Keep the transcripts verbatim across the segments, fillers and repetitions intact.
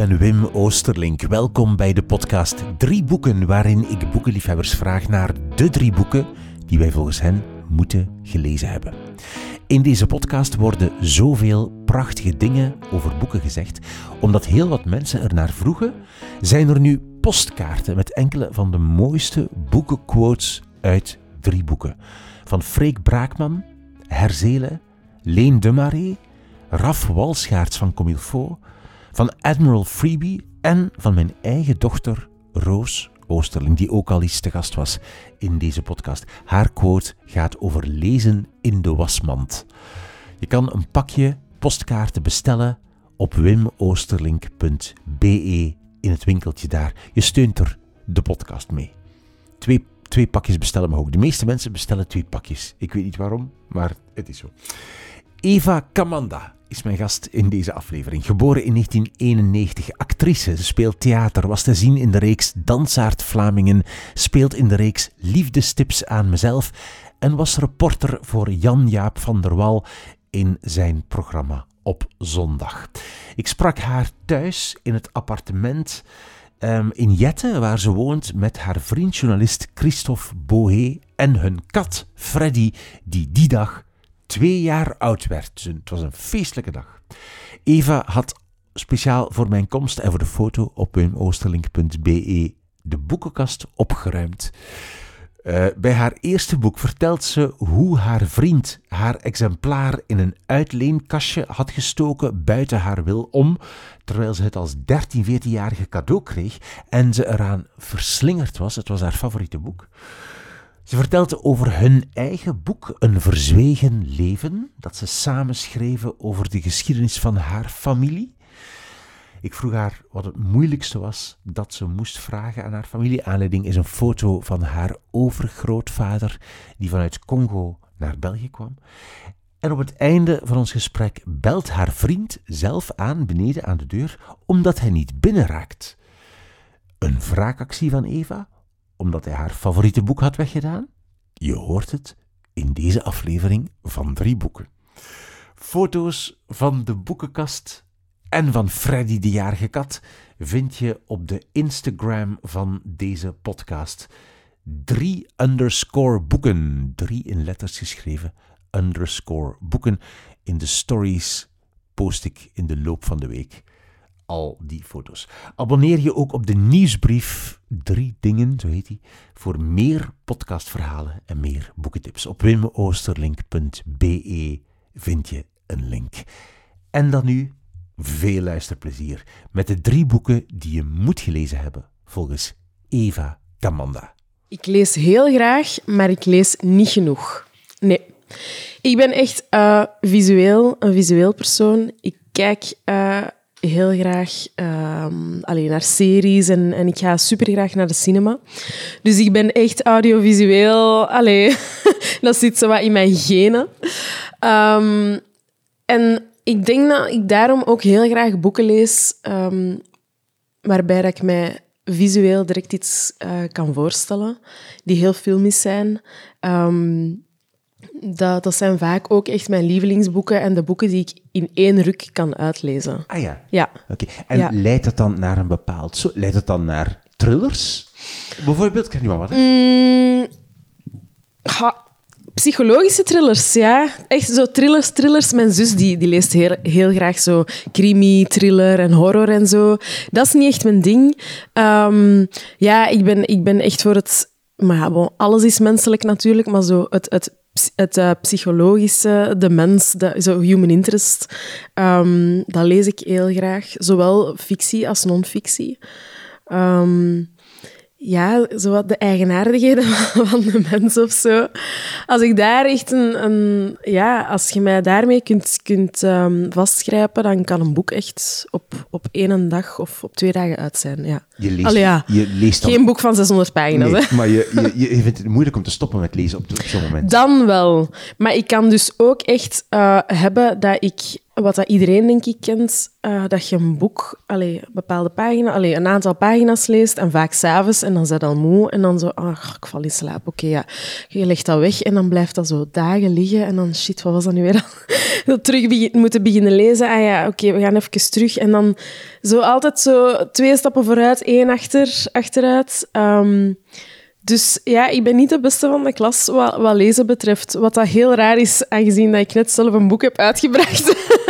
ben Wim Oosterlink. Welkom bij de podcast Drie Boeken, waarin ik boekenliefhebbers vraag naar de drie boeken die wij volgens hen moeten gelezen hebben. In deze podcast worden zoveel prachtige dingen over boeken gezegd. Omdat heel wat mensen er naar vroegen, zijn er nu postkaarten met enkele van de mooiste boekenquotes uit drie boeken. Van Freek Braakman, Herzele, Leen de Marais, Raf Walschaerts van Comme il faut, van Admiral Freebie en van mijn eigen dochter Roos Oosterling, die ook al eens te gast was in deze podcast. Haar quote gaat over lezen in de wasmand. Je kan een pakje postkaarten bestellen op wimoosterlink punt be in het winkeltje daar. Je steunt er de podcast mee. Twee, twee pakjes bestellen mag ook. De meeste mensen bestellen twee pakjes. Ik weet niet waarom, maar het is zo. Eva Kamanda is mijn gast in deze aflevering. Geboren in negentien eenennegentig, actrice, ze speelt theater, was te zien in de reeks Dansaard Vlamingen, speelt in de reeks Liefdestips aan mezelf en was reporter voor Jan-Jaap van der Wal in zijn programma Op Zondag. Ik sprak haar thuis in het appartement um, in Jette, waar ze woont, met haar vriend journalist Christophe Bohé en hun kat Freddy, die die dag twee jaar oud werd. Het was een feestelijke dag. Eva had speciaal voor mijn komst en voor de foto op wimoosterlink punt be de boekenkast opgeruimd. Uh, bij haar eerste boek vertelt ze hoe haar vriend haar exemplaar in een uitleenkastje had gestoken buiten haar wil om, terwijl ze het als dertien, veertienjarige cadeau kreeg en ze eraan verslingerd was. Het was haar favoriete boek. Ze vertelde over hun eigen boek, Een Verzwegen Leven, dat ze samen schreven over de geschiedenis van haar familie. Ik vroeg haar wat het moeilijkste was dat ze moest vragen aan haar familie. Aanleiding is een foto van haar overgrootvader, die vanuit Congo naar België kwam. En op het einde van ons gesprek belt haar vriend zelf aan beneden aan de deur, omdat hij niet binnenraakt. Een wraakactie van Eva, omdat hij haar favoriete boek had weggedaan? Je hoort het in deze aflevering van Drie Boeken. Foto's van de boekenkast en van Freddy de jarige kat vind je op de Instagram van deze podcast. Drie underscore boeken, drie in letters geschreven, underscore boeken. In de stories post ik in de loop van de week al die foto's. Abonneer je ook op de nieuwsbrief Drie Dingen, zo heet die, voor meer podcastverhalen en meer boekentips. Op wimoosterlink punt be vind je een link. En dan nu veel luisterplezier met de drie boeken die je moet gelezen hebben, volgens Eva Kamanda. Ik lees heel graag, maar ik lees niet genoeg. Nee. Ik ben echt uh, visueel, een visueel persoon. Ik kijk Uh, heel graag uh, alleen naar series en, en ik ga supergraag naar de cinema. Dus ik ben echt audiovisueel. Allee, dat zit zo wat in mijn genen. Um, en ik denk dat ik daarom ook heel graag boeken lees, um, waarbij dat ik mij visueel direct iets uh, kan voorstellen, die heel filmisch zijn. Um, Dat, dat zijn vaak ook echt mijn lievelingsboeken en de boeken die ik in één ruk kan uitlezen. Ah ja? Ja. Oké. Okay. En ja. Leidt het dan naar een bepaald soort? Leidt het dan naar thrillers? Bijvoorbeeld, kan je maar wat? Mm, ha, psychologische thrillers, ja. Echt zo thrillers, thrillers. Mijn zus die, die leest heel, heel graag zo crimi, thriller en horror en zo. Dat is niet echt mijn ding. Um, ja, ik ben, ik ben echt voor het... Maar ja, bon, alles is menselijk natuurlijk, maar zo het... het Het uh, psychologische, de mens, de, zo human interest, um, dat lees ik heel graag. Zowel fictie als non-fictie. Um, ja, zowat de eigenaardigheden van de mens of zo. Als ik daar echt een... een ja, als je mij daarmee kunt, kunt um, vastgrijpen, dan kan een boek echt op, op één dag of op twee dagen uit zijn. Ja. Je leest, Allee, ja. je leest dan... Geen boek van zeshonderd pagina's. Nee, hè. maar je, je, je vindt het moeilijk om te stoppen met lezen op, op zo'n moment. Dan wel. Maar ik kan dus ook echt uh, hebben dat ik wat dat iedereen denk ik kent, uh, dat je een boek, allee, bepaalde pagina, allee, een aantal pagina's leest en vaak 's avonds en dan zit je al moe en dan zo, ach, ik val in slaap. Oké, okay, ja. Je legt dat weg en dan blijft dat zo dagen liggen en dan, shit, wat was dat nu weer? Dan terug begin, moeten beginnen lezen. Ah ja, oké, okay, we gaan even terug. En dan zo altijd zo twee stappen vooruit, één achter, achteruit. Um, Dus ja, ik ben niet de beste van de klas wat, wat lezen betreft. Wat dat heel raar is, aangezien dat ik net zelf een boek heb uitgebracht.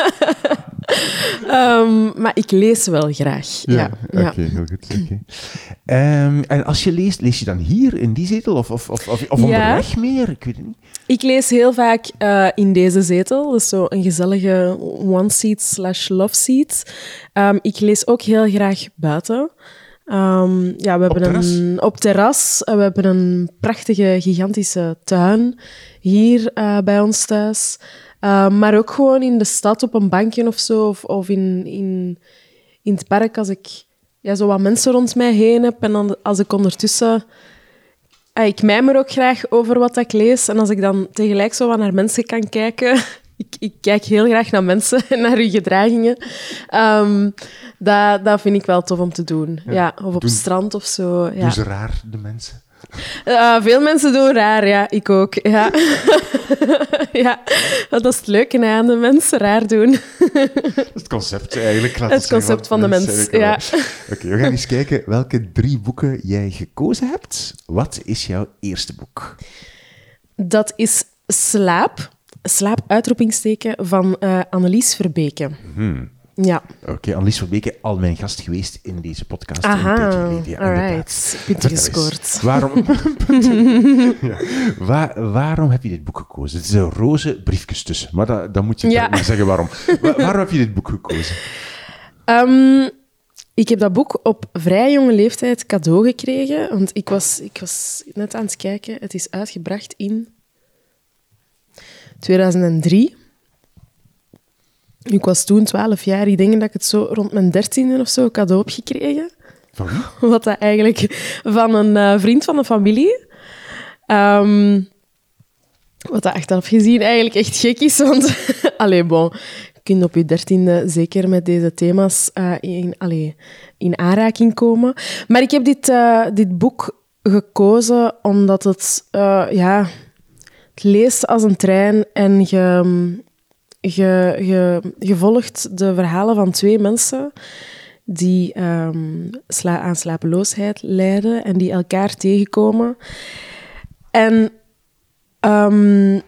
um, maar ik lees wel graag. Ja, ja, ja. Oké, okay, heel goed. Okay. Um, en als je leest, lees je dan hier in die zetel of, of, of, of, of onderweg ja. meer? Ik weet het niet. Ik lees heel vaak uh, in deze zetel. Dat is zo een gezellige one-seat slash love-seat. Um, ik lees ook heel graag buiten. Um, ja, we hebben op terras? Een, op terras. We hebben een prachtige, gigantische tuin hier uh, bij ons thuis. Uh, maar ook gewoon in de stad op een bankje of zo. Of, of in, in, in het park als ik ja, zo wat mensen rond mij heen heb. En dan als ik ondertussen... Uh, ik mijmer ook graag over wat ik lees. En als ik dan tegelijk zo wat naar mensen kan kijken... Ik, ik kijk heel graag naar mensen en naar hun gedragingen. Um, dat, dat vind ik wel tof om te doen. Ja. Ja, of op doen, strand of zo. Ja. Doen ze raar, de mensen? Uh, veel mensen doen raar, ja. Ik ook. Ja. Ja, dat is het leuke hè, aan de mensen, raar doen. Dat is het concept eigenlijk. Het, het concept van de mens, ja. Oké, okay, we gaan eens kijken welke drie boeken jij gekozen hebt. Wat is jouw eerste boek? Dat is Slaap. Slaap, uitroepingsteken, van uh, Annelies Verbeke. Hmm. Ja. Oké, okay, Annelies Verbeke, al mijn gast geweest in deze podcast. Aha, ja, alright. Punten gescoord. Waarom, ja. Waar, waarom heb je dit boek gekozen? Het is een roze briefjes tussen, maar dat, dat moet je ja. maar zeggen waarom. Waar, waarom heb je dit boek gekozen? Um, ik heb dat boek op vrij jonge leeftijd cadeau gekregen, want ik was, ik was net aan het kijken. Het is uitgebracht in... tweeduizend drie. Ik was toen twaalf jaar. Ik denk dat ik het zo rond mijn dertiende of zo cadeau heb gekregen. Van wie? Wat dat eigenlijk van een uh, vriend van de familie. Um, wat dat achteraf gezien eigenlijk echt gek is. Want, allee, bon, je kunt op je dertiende zeker met deze thema's uh, in, allee, in aanraking komen. Maar ik heb dit, uh, dit boek gekozen omdat het... Uh, ja... Het leest als een trein en je, je, je, je volgt de verhalen van twee mensen die um, sla, aan slapeloosheid lijden en die elkaar tegenkomen. En um,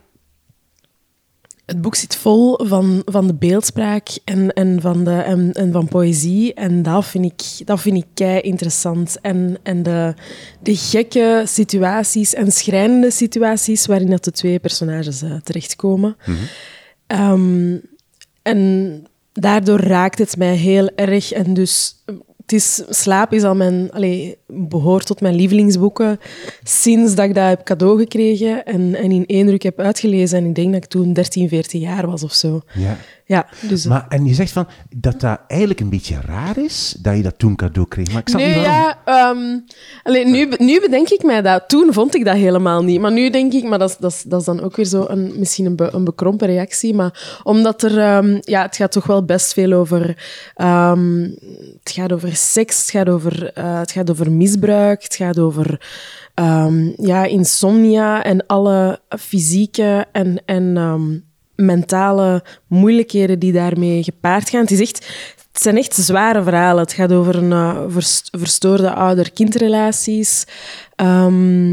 het boek zit vol van, van de beeldspraak en, en, van de, en, en van poëzie. En dat vind ik, dat vind ik kei interessant. En, en de, de gekke situaties en schrijnende situaties waarin dat de twee personages uh, terechtkomen. Mm-hmm. Um, en daardoor raakt het mij heel erg. En dus... Het is, Slaap is al mijn, allez, behoort tot mijn lievelingsboeken sinds dat ik dat heb cadeau gekregen en, en in één druk heb uitgelezen. En ik denk dat ik toen dertien, veertien jaar was of zo. Ja. Ja, dus... maar, en je zegt van dat dat eigenlijk een beetje raar is dat je dat toen cadeau kreeg. Maar ik snap nee, niet waarom. Ja, um, allez, nu, nu bedenk ik mij dat. Toen vond ik dat helemaal niet. Maar nu denk ik, maar dat is, dat is, dat is dan ook weer zo een, misschien een, be, een bekrompen reactie. Maar omdat er, um, ja, het gaat toch wel best veel over. Um, het gaat over seks, het gaat over, uh, het gaat over misbruik, het gaat over um, ja, insomnia en alle fysieke en. en um, mentale moeilijkheden die daarmee gepaard gaan. Het, is echt, het zijn echt zware verhalen. Het gaat over een uh, verst- verstoorde ouder-kindrelaties. Um,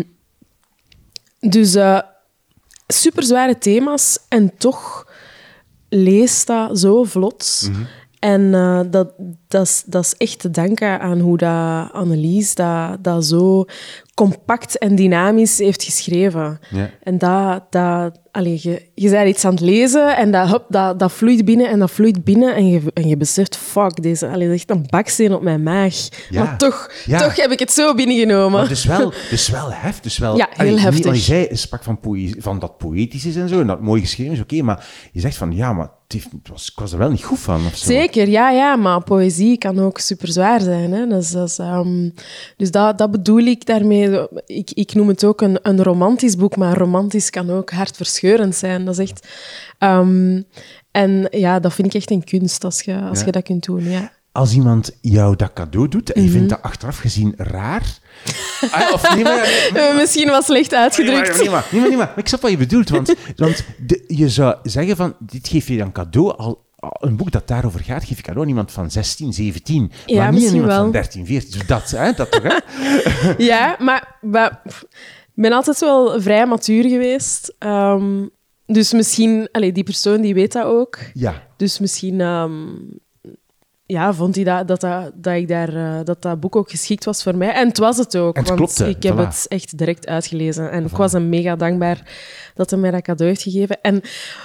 dus uh, superzware thema's en toch leest dat zo vlot. Mm-hmm. En uh, dat, dat, is, dat is echt te danken aan hoe dat Annelies dat, dat zo compact en dynamisch heeft geschreven. Ja. En dat... dat Allee, je, je bent iets aan het lezen en dat, hop, dat, dat vloeit binnen en dat vloeit binnen en je, en je beseft, fuck, deze, allee, dat is echt een baksteen op mijn maag. Ja. Maar toch, ja. toch heb ik het zo binnengenomen. Maar het is wel, het is wel heftig. Dus wel, ja, heel allee, heftig. Want je zei, je sprak van, poëzie, van dat poëtisch is en zo, en dat mooi geschreven is, oké, okay, maar je zegt van, ja, maar het heeft, het was, ik was er wel niet goed van. Of zo. Zeker, ja, ja, maar poëzie poëzie kan ook super zwaar zijn. Hè? Dus, dat, is, um, dus dat, dat bedoel ik daarmee. Ik, ik noem het ook een, een romantisch boek, maar romantisch kan ook hartverscheurend zijn. Dat is echt... Um, en ja, dat vind ik echt een kunst als je, als ja. je dat kunt doen, ja. Als iemand jou dat cadeau doet en je mm-hmm. vindt dat achteraf gezien raar... ah, of niet meer, nee, maar... Misschien wel slecht uitgedrukt. Nee, maar, nee, maar, nee, maar, maar ik snap wat je bedoelt. Want, want de, je zou zeggen van, dit geef je dan cadeau... Al, al een boek dat daarover gaat, geef je cadeau aan iemand van zestien, zeventien. Ja, maar niet aan iemand wel. van dertien, veertien. Dus dat, hè, dat toch, hè? Ja, maar... maar ik ben altijd wel vrij matuur geweest. Um, dus misschien... Allee, die persoon die weet dat ook. Ja. Dus misschien... Um, ja, vond hij dat, dat, dat, dat, ik daar, uh, dat dat boek ook geschikt was voor mij. En het was het ook, het want klopte, ik heb voilà. het echt direct uitgelezen. En Voilà. ik was hem mega dankbaar dat hij mij dat cadeau heeft gegeven. En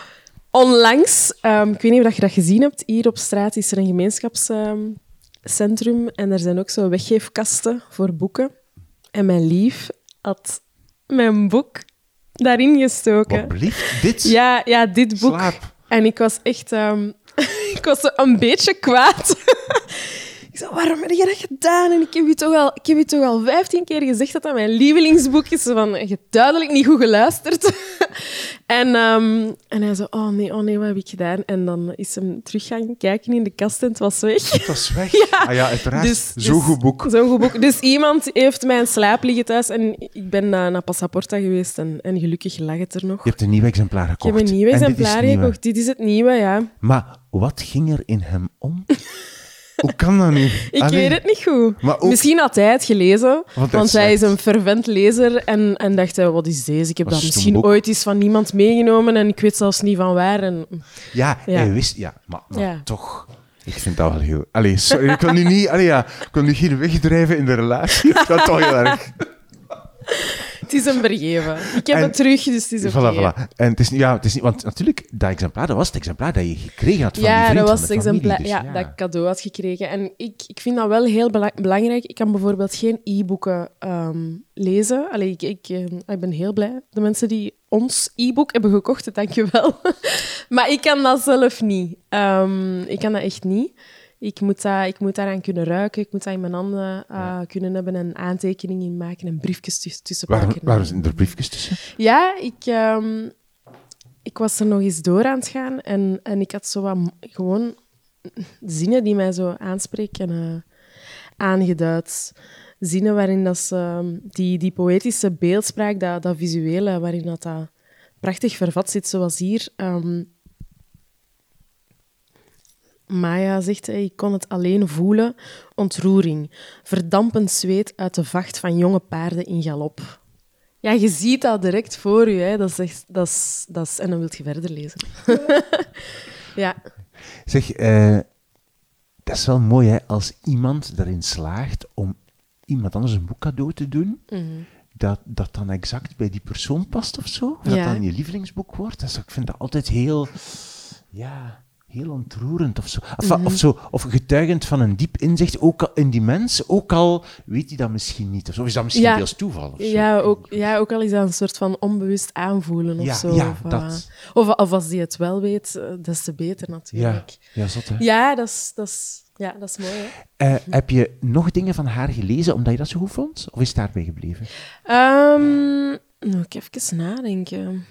onlangs, um, ik weet niet of je dat gezien hebt, hier op straat is er een gemeenschapscentrum. Um, en er zijn ook zo weggeefkasten voor boeken. En mijn lief had mijn boek daarin gestoken. Wat blieft? Dit? Ja, ja, dit boek. Slaap. En ik was echt... Um, ik was een beetje kwaad. Ik zei, waarom heb je dat gedaan? En ik heb je toch al, ik heb je toch al vijftien keer gezegd dat dat mijn lievelingsboek is. Van, je hebt duidelijk niet goed geluisterd. en, um, en hij zei, oh nee, oh nee, wat heb ik gedaan? En dan is hem terug gaan kijken in de kast en het was weg. Het was weg? Ja. Ah ja, uiteraard. Dus, Zo'n dus, goed boek. Zo'n goed boek. Dus iemand heeft mij in slaap liggen thuis en ik ben uh, naar Passaporta geweest en, en gelukkig lag het er nog. Je hebt een nieuw exemplaar gekocht. Ik heb een nieuw exemplaar gekocht. Dit is het nieuwe, ja. Maar wat ging er in hem om? Hoe kan dat nu? Ik Allee. weet het niet goed. Maar ook... Misschien had hij het gelezen, want, want hij is een fervent lezer en, en dacht, wat is deze? Ik heb dat misschien ooit eens van niemand meegenomen en ik weet zelfs niet van waar. En... Ja, ja, hij wist... Ja, maar, maar ja. toch... Ik vind dat wel heel... Allee, sorry, ik kan nu niet... Allee, ja, ik kan nu geen wegdrijven in de relatie. Dat is toch heel erg... Het is hem vergeven. Ik heb en, het terug, dus het is oké. Voilà, voilà. En het is, ja, het is niet... Want natuurlijk, dat exemplaar, dat was het exemplaar dat je gekregen had van ja, die vriend dat was van de het familie. exemplaar, Dus, ja, ja, dat ik cadeau had gekregen. En ik, ik vind dat wel heel bela- belangrijk. Ik kan bijvoorbeeld geen e-boeken um, lezen. Allee, ik, ik, uh, ik ben heel blij. De mensen die ons e-book hebben gekocht, dank je wel. Maar ik kan dat zelf niet. Um, ik kan dat echt niet. Ik moet, dat, ik moet daaraan kunnen ruiken, ik moet dat in mijn handen uh, ja. kunnen hebben, een aantekening in maken en briefjes tussen, tussen Waarom, pakken. waarom zijn er briefjes tussen? Ja, ik, um, ik was er nog eens door aan het gaan en, en ik had zo wat gewoon zinnen die mij zo aanspreken uh, aangeduid. Zinnen waarin dat ze, die, die poëtische beeldspraak, dat, dat visuele, waarin dat, dat prachtig vervat zit, zoals hier... Um, Maya zegt, ik kon het alleen voelen, ontroering, verdampend zweet uit de vacht van jonge paarden in galop. Ja, je ziet dat direct voor je, hè. Dat is echt, dat is, dat is, en dan wil je verder lezen. Ja. Zeg, uh, dat is wel mooi, hè, als iemand erin slaagt om iemand anders een boek cadeau te doen, mm-hmm. dat, dat dan exact bij die persoon past of zo, of ja. dat dan je lievelingsboek wordt. Dus ik vind dat altijd heel... Ja... heel ontroerend of zo. Of, mm-hmm. of zo. Of getuigend van een diep inzicht, ook al in die mens, ook al weet hij dat misschien niet. Of, zo. Of is dat misschien ja. deels toeval? Of zo. Ja, ook, ja, ook al is dat een soort van onbewust aanvoelen of ja, zo. Ja, of, dat. Uh, of, of als die het wel weet, des te beter natuurlijk. Ja, ja zot, hè? Ja, dat is, dat is, ja, dat is mooi, hè? Uh, heb je nog dingen van haar gelezen omdat je dat zo goed vond? Of is het daarbij gebleven? Um, nou, ik even nadenken.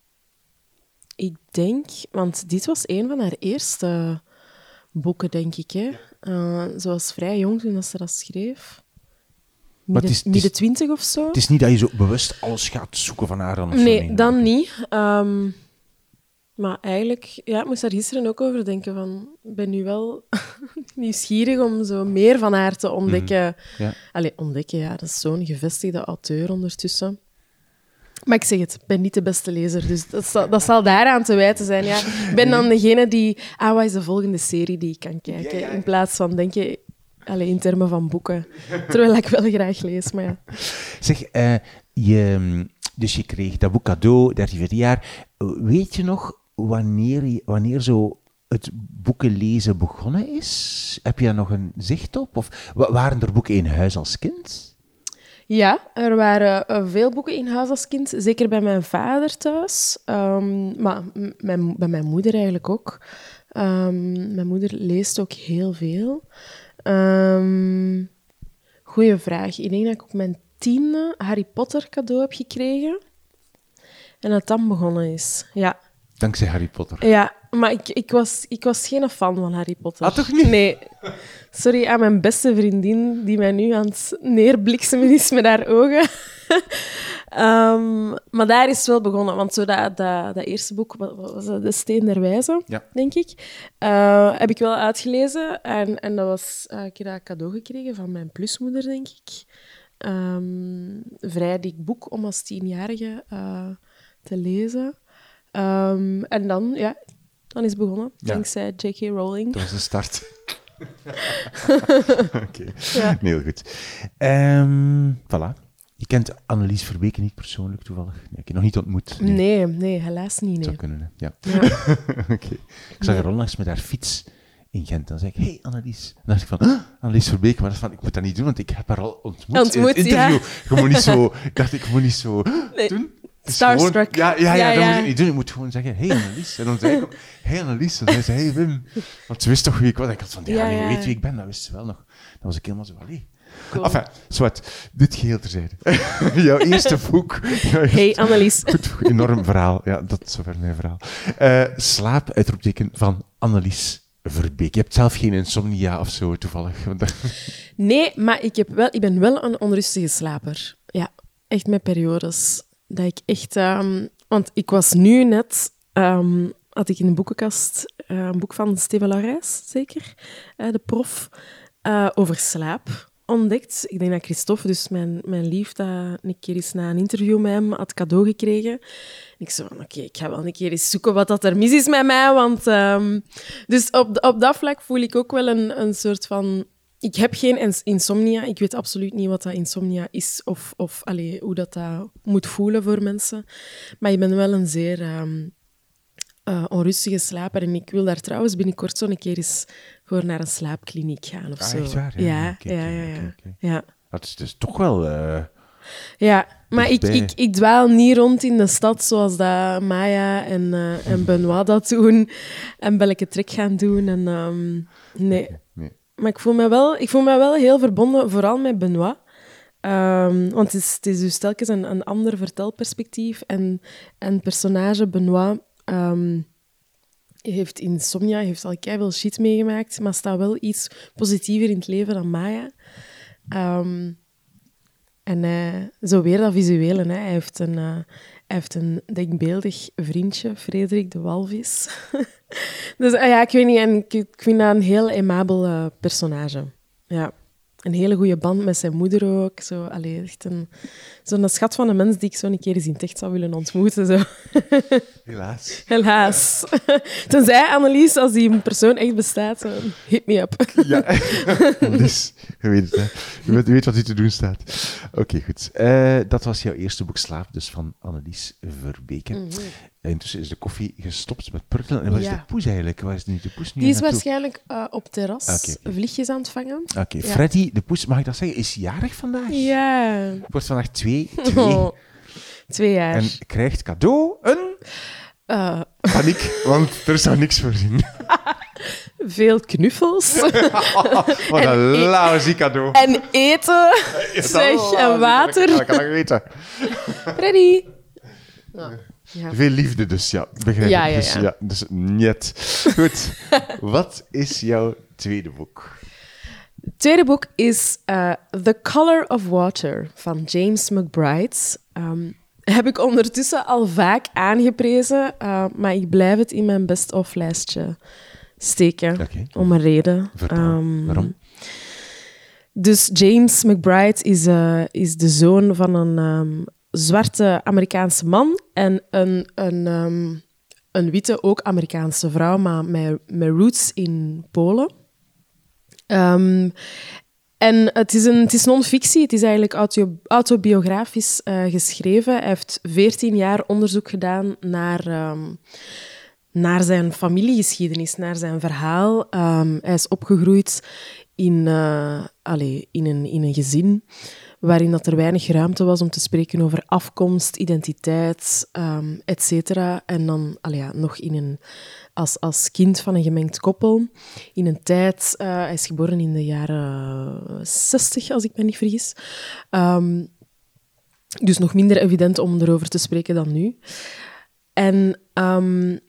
Ik denk, want dit was een van haar eerste boeken, denk ik. Hè. Uh, ze was vrij jong toen ze dat schreef. Midden, is, midden is, twintig of zo. Het is niet dat je zo bewust alles gaat zoeken van haar dan? Nee, dan niet. Um, maar eigenlijk, ja, ik moest daar gisteren ook over denken. Van, ik ben nu wel nieuwsgierig om zo meer van haar te ontdekken. Mm-hmm. Ja. Allee, ontdekken, ja, dat is zo'n gevestigde auteur ondertussen. Maar ik zeg het, ik ben niet de beste lezer, dus dat zal, dat zal daaraan te wijten zijn. Ja. Ik ben dan degene die... Ah, wat is de volgende serie die ik kan kijken? Ja, ja. In plaats van denken allez, in termen van boeken. Terwijl ik wel graag lees, maar ja. Zeg, uh, je, dus je kreeg dat boek cadeau, dertien, veertien jaar. Weet je nog wanneer, wanneer zo het boeken lezen begonnen is? Heb je daar nog een zicht op? Of waren er boeken in huis als kind? Ja, er waren uh, veel boeken in huis als kind. Zeker bij mijn vader thuis. Um, maar m- mijn, bij mijn moeder eigenlijk ook. Um, mijn moeder leest ook heel veel. Um, goeie vraag. Ik denk dat ik op mijn tiende Harry Potter cadeau heb gekregen. En dat dan begonnen is. Ja. Dankzij Harry Potter. Ja, maar ik, ik, was, ik was geen fan van Harry Potter. Ah, toch niet? Nee. Sorry aan mijn beste vriendin, die mij nu aan het neerbliksemen is met haar ogen. um, maar daar is het wel begonnen. Want zo dat, dat, dat eerste boek, wat was dat? De Steen der Wijze, ja. denk ik, uh, heb ik wel uitgelezen. En, en dat was, uh, ik heb dat cadeau gekregen van mijn plusmoeder, denk ik. Um, vrij dik boek om als tienjarige uh, te lezen. Um, en dan, ja, dan is het begonnen, ja. dankzij J K. Rowling. Dat was de start. Oké, okay. ja. Heel goed. Um, voilà. Je kent Annelies Verbeke niet persoonlijk, toevallig? Nee, ik heb je nog niet ontmoet. Nee, nee, nee helaas niet. Nee. Dat zou kunnen, hè? Ja. ja. Oké. Okay. Ik zag haar nee. onlangs met haar fiets in Gent. Dan zei ik, hey Annelies. Dan dacht ik van, ah, Annelies Verbeke, maar dat van, ik moet dat niet doen, want ik heb haar al ontmoet, ontmoet in het interview. Ja. Je moet niet zo, ik dacht, ik moet niet zo nee. doen. Starstruck. Gewoon, ja, ja, ja, ja, dat ja. moet ik niet doen. Ik moet gewoon zeggen, hey Annelies. En dan zei ik ook, hey Annelies. En dan zei ze, hey Wim. Want ze wist toch wie ik was. En ik had van, ja, ja, ja. je weet wie ik ben. Dat wist ze wel nog. Dan was ik helemaal zo, allee. Cool. Enfin, zwart. Dit geheel terzijde. Jouw eerste boek. Jouw eerste, hey Annelies. Goed, enorm verhaal. Ja, dat is zover mijn verhaal. Uh, slaap, uitroepteken, van Annelies Verbeke. Je hebt zelf geen insomnia of zo, toevallig. Nee, maar ik, heb wel, ik ben wel een onrustige slaper. Ja, echt met periodes. Dat ik echt... Um, want ik was nu net... Um, had ik in de boekenkast uh, een boek van Steven Laurijs, zeker, uh, de prof, uh, over slaap ontdekt. Ik denk dat Christophe, dus mijn, mijn lief, dat een keer eens na een interview met hem had cadeau gekregen. En ik zei van, oké, okay, ik ga wel een keer eens zoeken wat dat er mis is met mij. Want, um, dus op, op dat vlak voel ik ook wel een, een soort van... Ik heb geen insomnia. Ik weet absoluut niet wat dat insomnia is of, of allee, hoe dat, dat moet voelen voor mensen. Maar ik ben wel een zeer um, uh, onrustige slaper. En ik wil daar trouwens binnenkort zo een keer eens voor naar een slaapkliniek gaan of ah, zo. Echt waar? Ja, ja, okay, ja, ja, ja, okay, okay. ja. Dat is dus toch wel... Uh... Ja, maar ik, ik, ik dwaal niet rond in de stad zoals dat Maya en, uh, en Benoit dat doen. En welke trek gaan doen. En, um, nee. nee. Maar ik voel, me wel, ik voel me wel heel verbonden, vooral met Benoit. Um, want het is, het is dus telkens een, een ander vertelperspectief. En het personage Benoit um, heeft insomnia, heeft al keiveel shit meegemaakt, maar staat wel iets positiever in het leven dan Maya. Um, en uh, zo weer dat visuele. Hè. Hij heeft een... Uh, Hij heeft een denkbeeldig vriendje, Frederik de Walvis. Dus uh, ja, ik weet niet, en ik, ik vind dat een heel aimabel uh, personage. Ja. Een hele goede band met zijn moeder ook. Zo, allee, echt een, zo'n schat van een mens die ik zo een keer eens in het echt zou willen ontmoeten. Zo. Helaas. Helaas. Tenzij, Annelies, als die persoon echt bestaat, zo, hit me up. Ja, Annelies, je weet het, hè. Je weet, je weet wat u te doen staat. Oké, okay, goed. Uh, dat was jouw eerste boek Slaap, dus van Annelies Verbeke. Mm-hmm. Intussen is de koffie gestopt met pruttelen. En waar ja. is de poes eigenlijk? Waar is nu de poes nu Die is naartoe? Waarschijnlijk uh, op terras okay, okay. vliegjes aan het vangen. Oké, okay. ja. Freddy, de poes, mag ik dat zeggen, is jarig vandaag? Ja. Wordt vandaag twee. Twee, oh, twee jaar. En krijgt cadeau een... Uh. Paniek, want er zou niks voor zien. Veel knuffels. Wat een lousy cadeau. En eten. Zeg, en water. Dat kan ik weten. Freddy. Oh. Ja. Veel liefde dus, ja. Begrijp ja, ik. ja, Dus, ja. ja, dus niet. Goed. Wat is jouw tweede boek? Het tweede boek is uh, The Color of Water van James McBride. Um, heb ik ondertussen al vaak aangeprezen, uh, maar ik blijf het in mijn best-of-lijstje steken. Okay. Om een reden. Um, Waarom? Dus James McBride is, uh, is de zoon van een um, zwarte Amerikaanse man en een, een, um, een witte, ook Amerikaanse vrouw, maar met, met roots in Polen. Um, en het is, een, het is non-fictie, het is eigenlijk auto, autobiografisch uh, geschreven. Hij heeft veertien jaar onderzoek gedaan naar, um, naar zijn familiegeschiedenis, naar zijn verhaal. Um, hij is opgegroeid in, uh, allez, in, een, in een gezin waarin dat er weinig ruimte was om te spreken over afkomst, identiteit, um, et cetera. En dan allee, ja, nog in een, als, als kind van een gemengd koppel, in een tijd, uh, hij is geboren in de jaren zestig, als ik me niet vergis. Um, dus nog minder evident om erover te spreken dan nu. En um,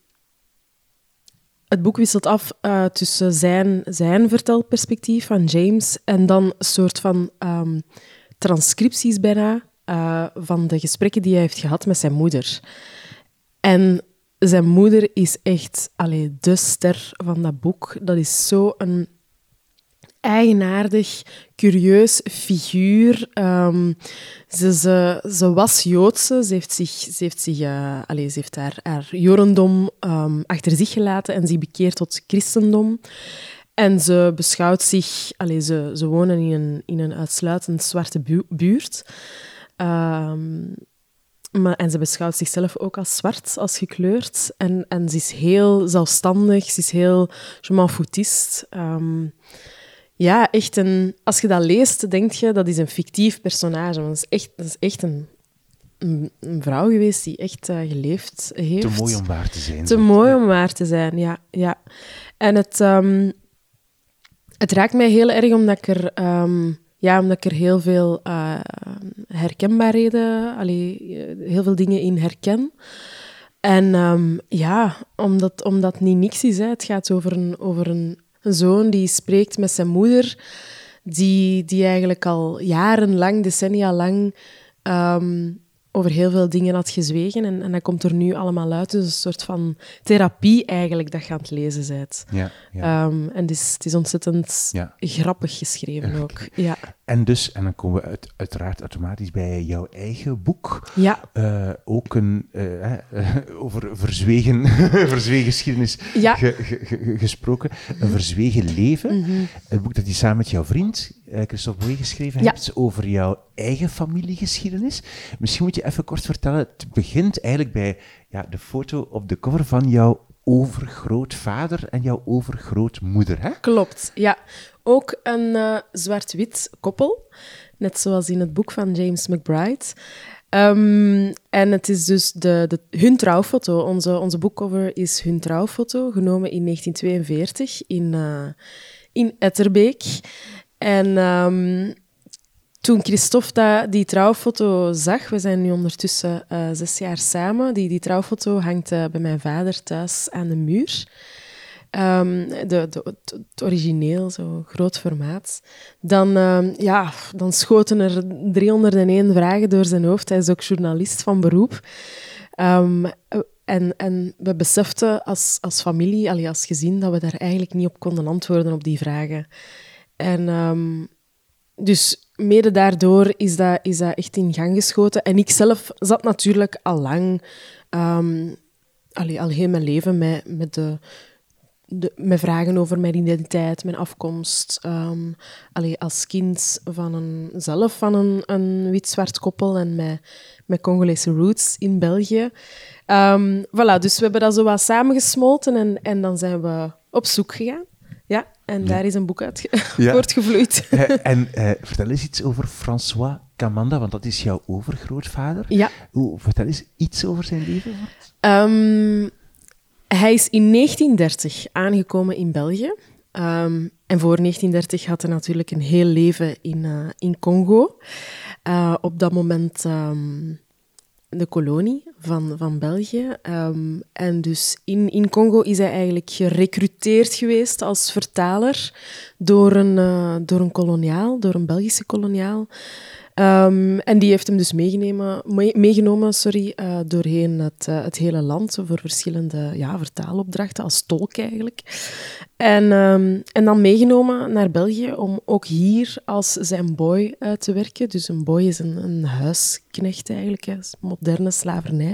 het boek wisselt af uh, tussen zijn, zijn vertelperspectief van James en dan een soort van um, transcripties bijna uh, van de gesprekken die hij heeft gehad met zijn moeder. En zijn moeder is echt allee, de ster van dat boek. Dat is zo een eigenaardig, curieus figuur. Um, ze, ze, ze was Joodse. Ze heeft, zich, ze heeft, zich, uh, allez, ze heeft haar, haar jodendom um, achter zich gelaten en zich bekeerd tot christendom. En ze beschouwt zich... Allez, ze, ze wonen in een, in een uitsluitend zwarte bu- buurt. Um, maar, en ze beschouwt zichzelf ook als zwart, als gekleurd. En, en ze is heel zelfstandig. Ze is heel je m'en foutist. Um, Ja, echt een... Als je dat leest, denk je, dat is een fictief personage. Want dat is echt, dat is echt een, een, een vrouw geweest die echt uh, geleefd heeft. Te mooi om waar te zijn. Te mooi om waar te zijn, ja. ja. En het, um, het raakt mij heel erg omdat ik er, um, ja, omdat ik er heel veel uh, herkenbaarheden, allee, heel veel dingen in herken. En um, ja, omdat, omdat het niet niks is. Hè. Het gaat over een... Over een Een zoon die spreekt met zijn moeder, die, die eigenlijk al jarenlang, decennia lang, um, over heel veel dingen had gezwegen. En, en dat komt er nu allemaal uit. Dus een soort van therapie eigenlijk dat je aan het lezen bent. Ja, ja. Um, en het is, het is ontzettend ja. grappig geschreven ook. Okay. Ja. En dus, en dan komen we uit, uiteraard automatisch bij jouw eigen boek. Ja. Uh, ook een uh, uh, over verzwegen, verzwegen geschiedenis ja. ge, ge, ge, gesproken. Mm-hmm. Een verzwegen leven. Mm-hmm. Een boek dat je samen met jouw vriend, uh, Christophe Bouet, geschreven ja. hebt over jouw eigen familiegeschiedenis. Misschien moet je even kort vertellen. Het begint eigenlijk bij ja, de foto op de cover van jouw overgrootvader en jouw overgrootmoeder, hè? Klopt, ja. Ook een uh, zwart-wit koppel, net zoals in het boek van James McBride. Um, en het is dus de, de, hun trouwfoto. Onze, onze boekcover is hun trouwfoto, genomen in negentien tweeënveertig in, uh, in Etterbeek. En um, toen Christophe da, die trouwfoto zag, we zijn nu ondertussen uh, zes jaar samen, die, die trouwfoto hangt uh, bij mijn vader thuis aan de muur. Um, de, de, het, het origineel, zo groot formaat. Dan, um, ja, dan schoten er driehonderdéén vragen door zijn hoofd. Hij is ook journalist van beroep. Um, en, en we beseften als, als familie, allee, als gezin, dat we daar eigenlijk niet op konden antwoorden op die vragen. En um, dus mede daardoor is dat, is dat echt in gang geschoten. En ik zelf zat natuurlijk al lang, um, allee, al heel mijn leven met, met de... De, met vragen over mijn identiteit, mijn afkomst. Um, allee, als kind van een, zelf van een, een wit-zwart koppel en met, met Congolese roots in België. Um, voilà, dus we hebben dat zo wat samengesmolten en, en dan zijn we op zoek gegaan. Ja, en ja. daar is een boek uit ge- ja. voortgevloeid. Uh, en uh, vertel eens iets over François Kamanda, want dat is jouw overgrootvader. Ja. Hoe, vertel eens iets over zijn leven. Um, Hij is in negentien dertig aangekomen in België. Um, en voor negentien dertig had hij natuurlijk een heel leven in, uh, in Congo. Uh, op dat moment um, de kolonie van, van België. Um, en dus in, in Congo is hij eigenlijk gerecruteerd geweest als vertaler door een, uh, door een koloniaal, door een Belgische koloniaal. Um, en die heeft hem dus meegenomen, meegenomen sorry, uh, doorheen het, uh, het hele land voor verschillende ja, vertaalopdrachten, als tolk eigenlijk. En, um, en dan meegenomen naar België om ook hier als zijn boy uh, te werken. Dus een boy is een, een huisknecht eigenlijk, hè, moderne slavernij.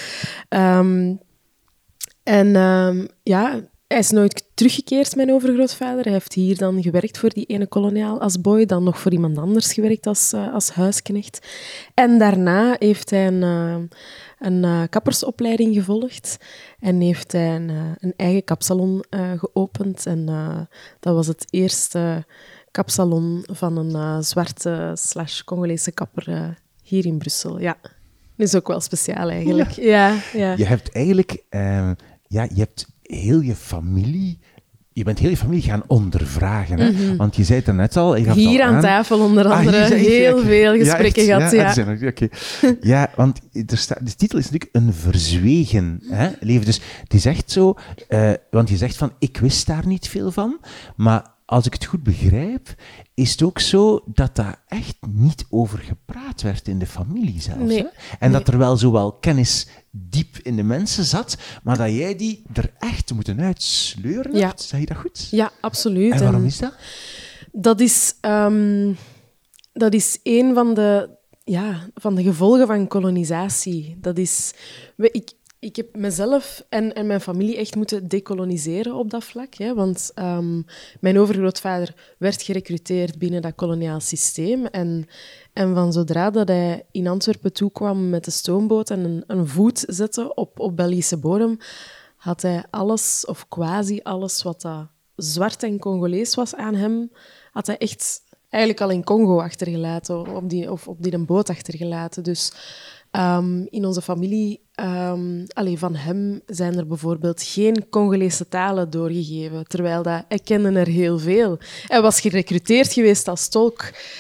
Um, en um, ja... Hij is nooit teruggekeerd, mijn overgrootvader. Hij heeft hier dan gewerkt voor die ene koloniaal als boy, dan nog voor iemand anders gewerkt als, uh, als huisknecht. En daarna heeft hij een, uh, een uh, kappersopleiding gevolgd en heeft hij een, uh, een eigen kapsalon uh, geopend. En uh, dat was het eerste kapsalon van een uh, zwarte slash Congolese kapper uh, hier in Brussel. Ja, dat is ook wel speciaal eigenlijk. Ja. Ja, ja. Je hebt eigenlijk, uh, ja, je hebt heel je familie... Je bent heel je familie gaan ondervragen. Hè? Mm-hmm. Want je zei het net al... Je gaf hier het al aan aan. tafel onder andere ah, heel veel gesprekken ja, gehad. Ja, Ja, ja. Okay. ja want er staat, de titel is natuurlijk een verzwegen hè, leven. Dus het is echt zo... Uh, want je zegt van, ik wist daar niet veel van. Maar als ik het goed begrijp, is het ook zo dat daar echt niet over gepraat werd in de familie zelfs. Nee. Hè? En nee. dat er wel zowel kennis diep in de mensen zat, maar dat jij die er echt moeten uitsleuren ja. hebt. Zeg je dat goed? Ja, absoluut. En waarom is dat? Dat is, um, dat is een van de, ja, van de gevolgen van kolonisatie. Dat is... Ik, ik heb mezelf en, en mijn familie echt moeten decoloniseren op dat vlak. Hè, want um, mijn overgrootvader werd gerecruiteerd binnen dat koloniaal systeem. En, en van zodra dat hij in Antwerpen toekwam met de stoomboot en een, een voet zette op, op Belgische bodem, had hij alles, of quasi alles, wat dat zwart en Congolees was aan hem, had hij echt eigenlijk al in Congo achtergelaten, op die, of op die een boot achtergelaten. Dus um, in onze familie, um, allee, van hem zijn er bijvoorbeeld geen Congolese talen doorgegeven, terwijl dat, hij kende er heel veel. Hij was gerecruiteerd geweest als tolk.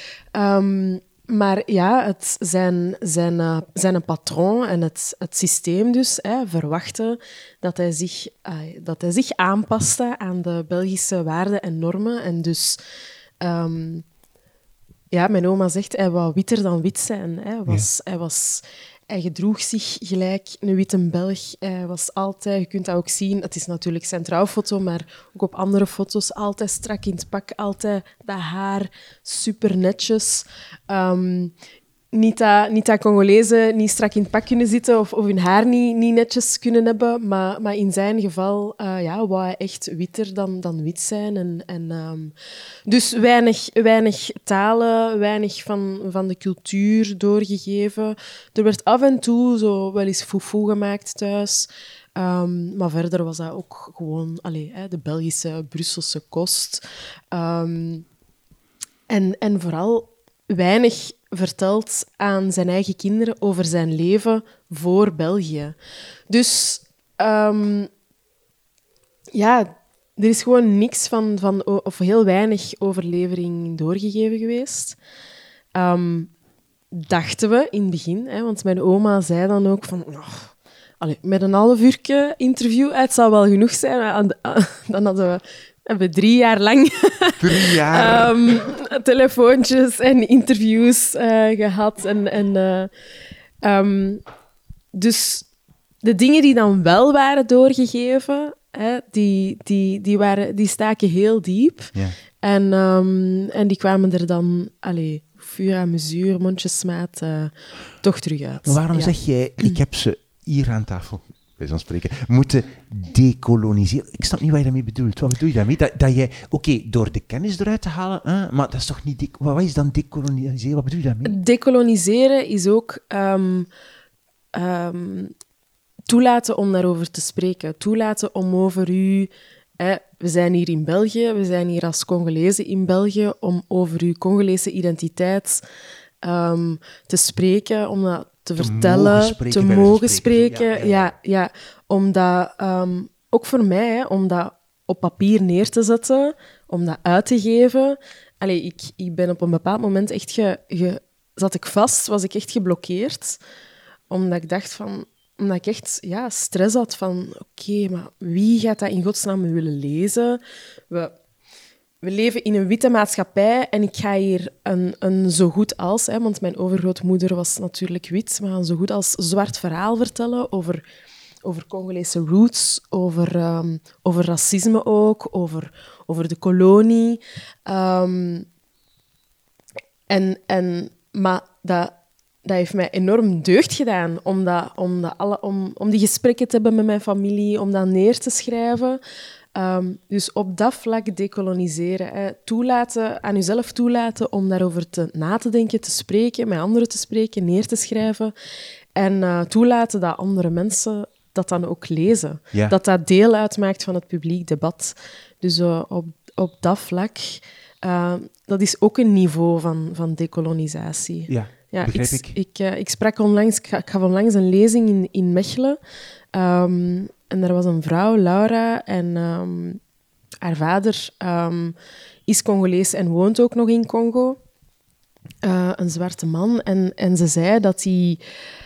Um, Maar ja, het zijn, zijn, uh, zijn patroon en het, het systeem dus hè, verwachtte dat hij, zich, uh, dat hij zich aanpaste aan de Belgische waarden en normen. En dus, um, ja, mijn oma zegt, hij wou witter dan wit zijn. Hij, was, ja. hij, was, hij gedroeg zich gelijk een witte Belg. Hij was altijd, je kunt dat ook zien, het is natuurlijk zijn trouwfoto, maar ook op andere foto's, altijd strak in het pak, altijd dat haar super netjes. Um, niet, dat, niet dat Congolezen niet strak in het pak kunnen zitten of, of hun haar niet, niet netjes kunnen hebben, maar, maar in zijn geval uh, ja, wou hij echt witter dan, dan wit zijn. En, en, um, dus weinig, weinig talen, weinig van, van de cultuur doorgegeven. Er werd af en toe zo wel eens foefoe gemaakt thuis. Um, maar verder was dat ook gewoon allee, hè, de Belgische, Brusselse kost. Um, en, en vooral weinig vertelt aan zijn eigen kinderen over zijn leven voor België. Dus um, ja, er is gewoon niks van, van, of heel weinig overlevering doorgegeven geweest. Um, dachten we in het begin, hè, want mijn oma zei dan ook van... Oh, allee, met een half uurtje interview, het zou wel genoeg zijn. Dan hadden we... hebben drie jaar lang drie jaar. um, telefoontjes en interviews uh, gehad. En, en, uh, um, dus de dingen die dan wel waren doorgegeven, hè, die, die, die, waren, die staken heel diep. Ja. En, um, en die kwamen er dan, allez, fur à mesure, mondjesmaat, uh, toch terug uit. Maar waarom ja. zeg jij, ik heb ze hier aan tafel... bij zo'n spreken, moeten decoloniseren. Ik snap niet wat je daarmee bedoelt. Wat bedoel je daarmee? Dat, dat jij, oké, okay, door de kennis eruit te halen, hè, maar dat is toch niet... De, wat is dan decoloniseren? Wat bedoel je daarmee? Decoloniseren is ook um, um, toelaten om daarover te spreken. Toelaten om over u... Hè, we zijn hier in België, we zijn hier als Congolezen in België, om over uw Congolese identiteit um, te spreken, om dat te, te vertellen, mogen spreken, te mogen spreken. Ja, ja. ja, ja. Om dat, um, ook voor mij, hè, om dat op papier neer te zetten, om dat uit te geven. Allee, ik, ik ben op een bepaald moment echt... Ge, ge, zat ik vast, was ik echt geblokkeerd, omdat ik dacht van... Omdat ik echt ja, stress had van... Oké, okay, maar wie gaat dat in godsnaam willen lezen? We... We leven in een witte maatschappij en ik ga hier een, een zo goed als... Hè, want mijn overgrootmoeder was natuurlijk wit, maar een zo goed als zwart verhaal vertellen over, over Congolese roots, over, um, over racisme ook, over, over de kolonie. Um, en, en, maar dat, dat heeft mij enorm deugd gedaan om, dat, om, dat alle, om, om die gesprekken te hebben met mijn familie, om dat neer te schrijven... Um, dus op dat vlak decoloniseren. Hè. Toelaten, aan jezelf toelaten om daarover te, na te denken, te spreken, met anderen te spreken, neer te schrijven. En uh, toelaten dat andere mensen dat dan ook lezen. Ja. Dat dat deel uitmaakt van het publiek debat. Dus uh, op, op dat vlak uh, dat is ook een niveau van, van dekolonisatie. Ja, ja begrijp ik. Ik, ik, uh, ik sprak onlangs, ik, ga, ik gaf onlangs een lezing in, in Mechelen. Um, en daar was een vrouw, Laura, en um, haar vader um, is Congolees en woont ook nog in Congo. Uh, een zwarte man. En, en ze zei dat hij...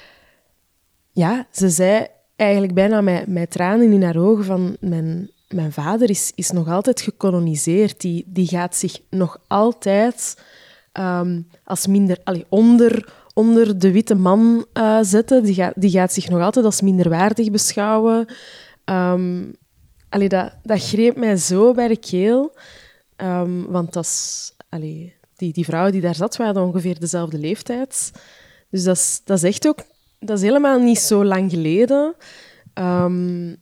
Ja, ze zei eigenlijk bijna met, met tranen in haar ogen van... Mijn, mijn vader is, is nog altijd gekoloniseerd. Die, die gaat zich nog altijd um, als minder... Allee, onder, onder de witte man uh, zetten. Die gaat, die gaat zich nog altijd als minderwaardig beschouwen. Um, allee, dat, dat greep mij zo bij de keel. Um, want dat is... Allee, die, die vrouw die daar zat, we hadden ongeveer dezelfde leeftijd. Dus dat is, dat is echt ook... Dat is helemaal niet zo lang geleden. Um,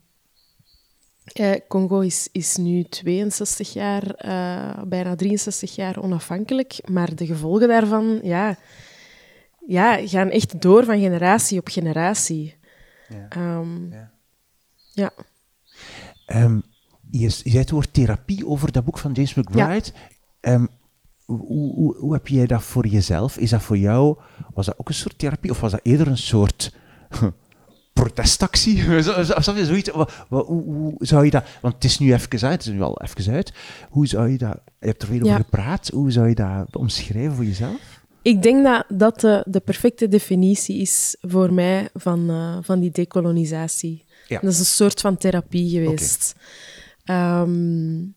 eh, Congo is, is nu tweeënzestig jaar, uh, bijna drieënzestig jaar onafhankelijk. Maar de gevolgen daarvan ja, ja, gaan echt door van generatie op generatie. Ja. Um, ja. ja. Um, je, je zei het woord therapie over dat boek van James McBride. Ja. Um, Hoe, hoe, hoe heb jij dat voor jezelf? Is dat voor jou, was dat ook een soort therapie? Of was dat eerder een soort protestactie? Zoiets, hoe, hoe, hoe zou je dat... Want het is nu even uit, het is nu al even uit. Hoe zou je dat... Je hebt er veel ja. over gepraat. Hoe zou je dat omschrijven voor jezelf? Ik denk dat dat de, de perfecte definitie is voor mij van, uh, van die dekolonisatie. Ja. Dat is een soort van therapie geweest. Okay. Um,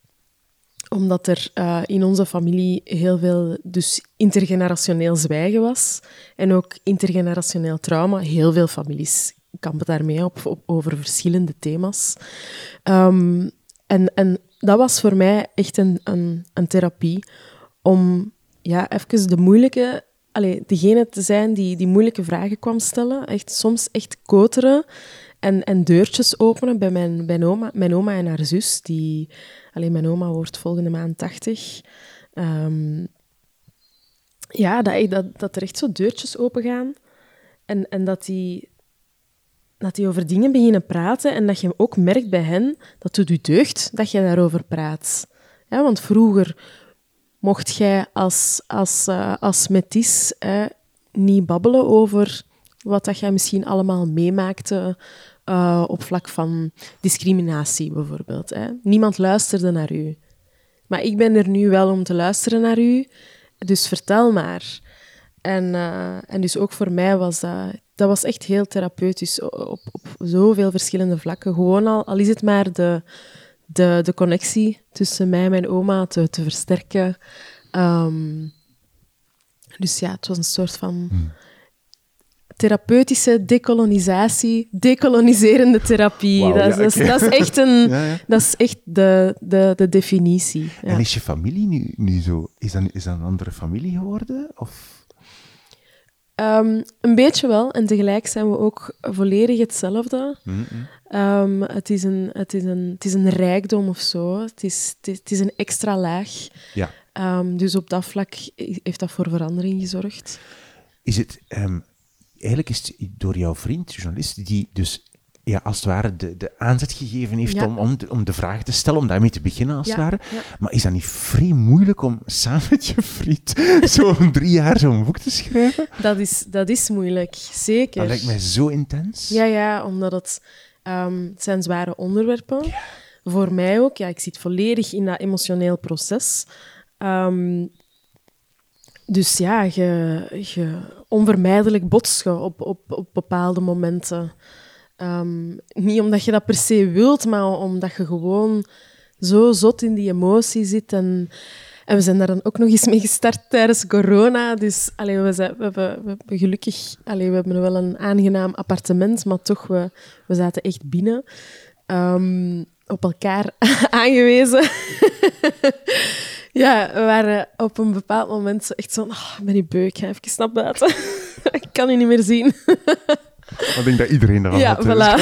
Omdat er uh, in onze familie heel veel dus intergenerationeel zwijgen was. En ook intergenerationeel trauma. Heel veel families kampen daarmee op, op over verschillende thema's. Um, en, en dat was voor mij echt een, een, een therapie. Om ja, even de moeilijke... Allee, degene te zijn die die moeilijke vragen kwam stellen. Echt, soms echt koteren. En, en deurtjes openen bij mijn, bij oma, mijn oma en haar zus. Die, alleen mijn oma wordt volgende maand tachtig. Um, ja, dat, dat, dat er echt zo deurtjes opengaan. En, en dat, die, dat die over dingen beginnen praten. En dat je ook merkt bij hen, dat het je deugd dat je daarover praat. Ja, want vroeger mocht jij als, als, uh, als metis eh, niet babbelen over wat dat jij misschien allemaal meemaakte... Uh, op vlak van discriminatie, bijvoorbeeld. Hè. Niemand luisterde naar u. Maar ik ben er nu wel om te luisteren naar u, dus vertel maar. En, uh, en dus ook voor mij was dat... Dat was echt heel therapeutisch, op, op zoveel verschillende vlakken. Gewoon al, al is het maar de, de, de connectie tussen mij en mijn oma te, te versterken. Um, dus ja, het was een soort van... Hmm. Therapeutische dekolonisatie, dekoloniserende therapie. Wow, dat, is, ja, dat, is, dat is echt, een, ja, ja. Dat is echt de, de, de definitie. Ja. En is je familie nu, nu zo... Is dat, is dat een andere familie geworden? Of? Um, een beetje wel. En tegelijk zijn we ook volledig hetzelfde. Mm-hmm. Um, het, is een, het, is een, het is een rijkdom of zo. Het is, het is, het is een extra laag. Ja. Um, dus op dat vlak heeft dat voor verandering gezorgd. Is het... Um... Eigenlijk is het door jouw vriend, journalist, die dus ja, als het ware de, de aanzet gegeven heeft ja. om, om, de, om de vraag te stellen, om daarmee te beginnen als ja. het ware. Ja. Maar is dat niet vrij moeilijk om samen met je vriend zo'n drie jaar zo'n boek te schrijven? Dat is, dat is moeilijk, zeker. Dat lijkt mij zo intens. Ja, ja, omdat het, um, het zijn zware onderwerpen. Ja. Voor mij ook. Ja, ik zit volledig in dat emotioneel proces. Um, Dus ja, je, je onvermijdelijk botst je op, op, op bepaalde momenten. Um, niet omdat je dat per se wilt, maar omdat je gewoon zo zot in die emotie zit. En, en we zijn daar dan ook nog eens mee gestart tijdens corona. Dus allee, we, zijn, we, hebben, we hebben gelukkig... Allee, we hebben wel een aangenaam appartement, maar toch, we, we zaten echt binnen. Um, op elkaar aangewezen. Ja, we waren op een bepaald moment zo echt zo... Oh, ik ben niet beu, ik ga even naar buiten. Ik kan je niet meer zien. Ik denk dat iedereen daar ja, had. Voilà.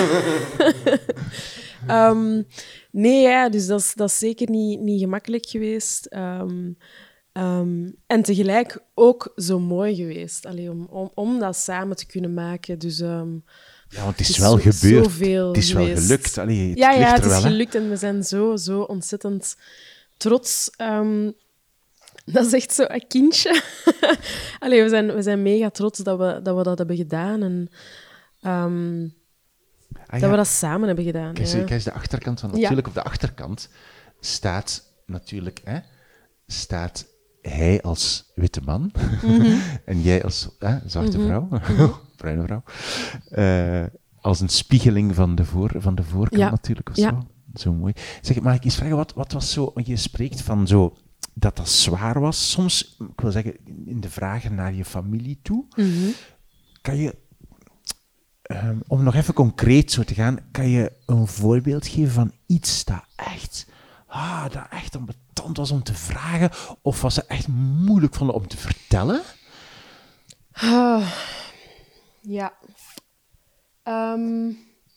um, nee, ja, dus dat is, dat is zeker niet, niet gemakkelijk geweest. Um, um, en tegelijk ook zo mooi geweest. Allee, om, om, om dat samen te kunnen maken. Dus... Um, ja, want het is, het is wel zo, gebeurd. Het is wel geweest. Gelukt. Allee, het ja, ja, ligt het er is wel, gelukt. Hè? En we zijn zo, zo ontzettend... trots um, Dat is echt zo een kindje. Allee, we zijn, we zijn mega trots dat we dat, we dat hebben gedaan. En um, ah, dat ja. we dat samen hebben gedaan. Kijk, ja. kijk eens de achterkant. Want natuurlijk ja. op de achterkant staat natuurlijk... Hè, staat hij als witte man. Mm-hmm. En jij als hè, zwarte mm-hmm. vrouw. Mm-hmm. Bruine vrouw. Uh, als een spiegeling van de, voor, van de voorkant ja. natuurlijk. Of ja. zo. Zo mooi. Zeg, mag ik eens vragen, wat, wat was zo... Je spreekt van zo... dat dat zwaar was. Soms, ik wil zeggen, in de vragen naar je familie toe, mm-hmm. kan je, um, om nog even concreet zo te gaan, kan je een voorbeeld geven van iets dat echt, ah, dat echt ambetant was om te vragen, of was het echt moeilijk vonden om te vertellen? Uh, ja. Um,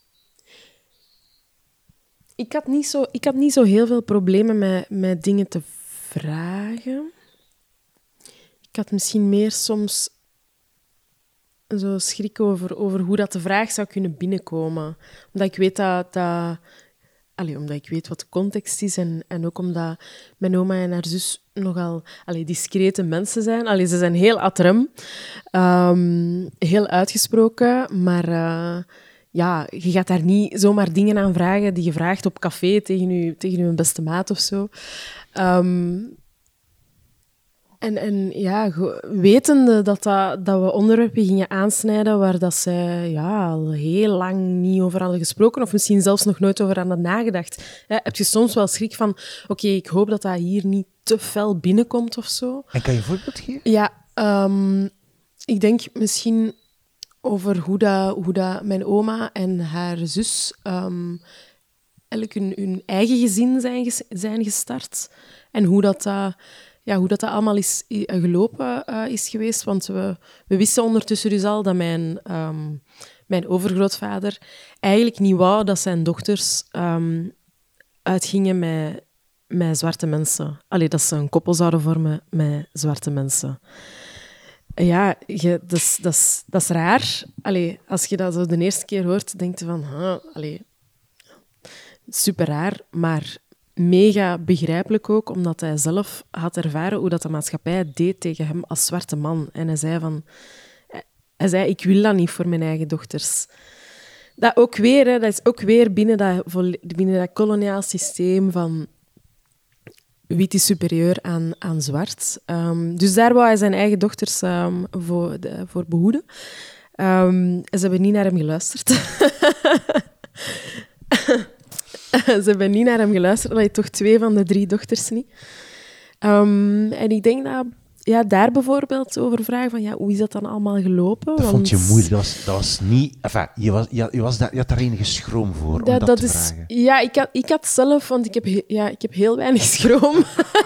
ik, had niet zo, ik had niet zo heel veel problemen met, met dingen te vragen. Ik had misschien meer soms zo schrik over, over hoe dat de vraag zou kunnen binnenkomen. Omdat ik weet dat... dat allee, omdat ik weet wat de context is en, en ook omdat mijn oma en haar zus nogal allee, discrete mensen zijn. Allee, ze zijn heel ad rem, um, heel uitgesproken, maar... Uh, ja, je gaat daar niet zomaar dingen aan vragen die je vraagt op café tegen je, tegen je beste maat of zo. Um, en, en ja, wetende dat, dat, dat we onderwerpen gingen aansnijden waar dat zij ja, al heel lang niet over hadden gesproken of misschien zelfs nog nooit over hadden nagedacht, ja, heb je soms wel schrik van oké, okay, ik hoop dat dat hier niet te fel binnenkomt of zo. En kan je een voorbeeld geven? Ja, um, ik denk misschien... over hoe, dat, hoe dat mijn oma en haar zus um, eigenlijk hun, hun eigen gezin zijn, ges, zijn gestart. En hoe dat, uh, ja, hoe dat, dat allemaal is uh, gelopen uh, is geweest. Want we, we wisten ondertussen dus al dat mijn, um, mijn overgrootvader eigenlijk niet wou dat zijn dochters um, uitgingen met, met zwarte mensen. Allee, dat ze een koppel zouden vormen met zwarte mensen. Ja, je, dat, is, dat, is, dat is raar. Allee, als je dat zo de eerste keer hoort, denk je van... Huh, allee, super raar, maar mega begrijpelijk ook, omdat hij zelf had ervaren hoe dat de maatschappij deed tegen hem als zwarte man. En hij zei van... Hij zei, ik wil dat niet voor mijn eigen dochters. Dat, ook weer, hè, dat is ook weer binnen dat, binnen dat koloniaal systeem van... Wit is superieur aan, aan zwart. Um, dus daar wou hij zijn eigen dochters um, voor, de, voor behoeden. Um, ze hebben niet naar hem geluisterd. Ze hebben niet naar hem geluisterd. Dat hij toch twee van de drie dochters niet. Um, en ik denk dat... Ja, daar bijvoorbeeld over vragen van, ja, hoe is dat dan allemaal gelopen? Dat Want... vond je moeilijk. Dat was, dat was niet... Enfin, je, was, je, je, was daar, je had daar enige schroom voor, om dat, dat, dat te is, vragen. Ja, ik had, ik had zelf... Want ik heb, he, ja, ik heb heel weinig schroom.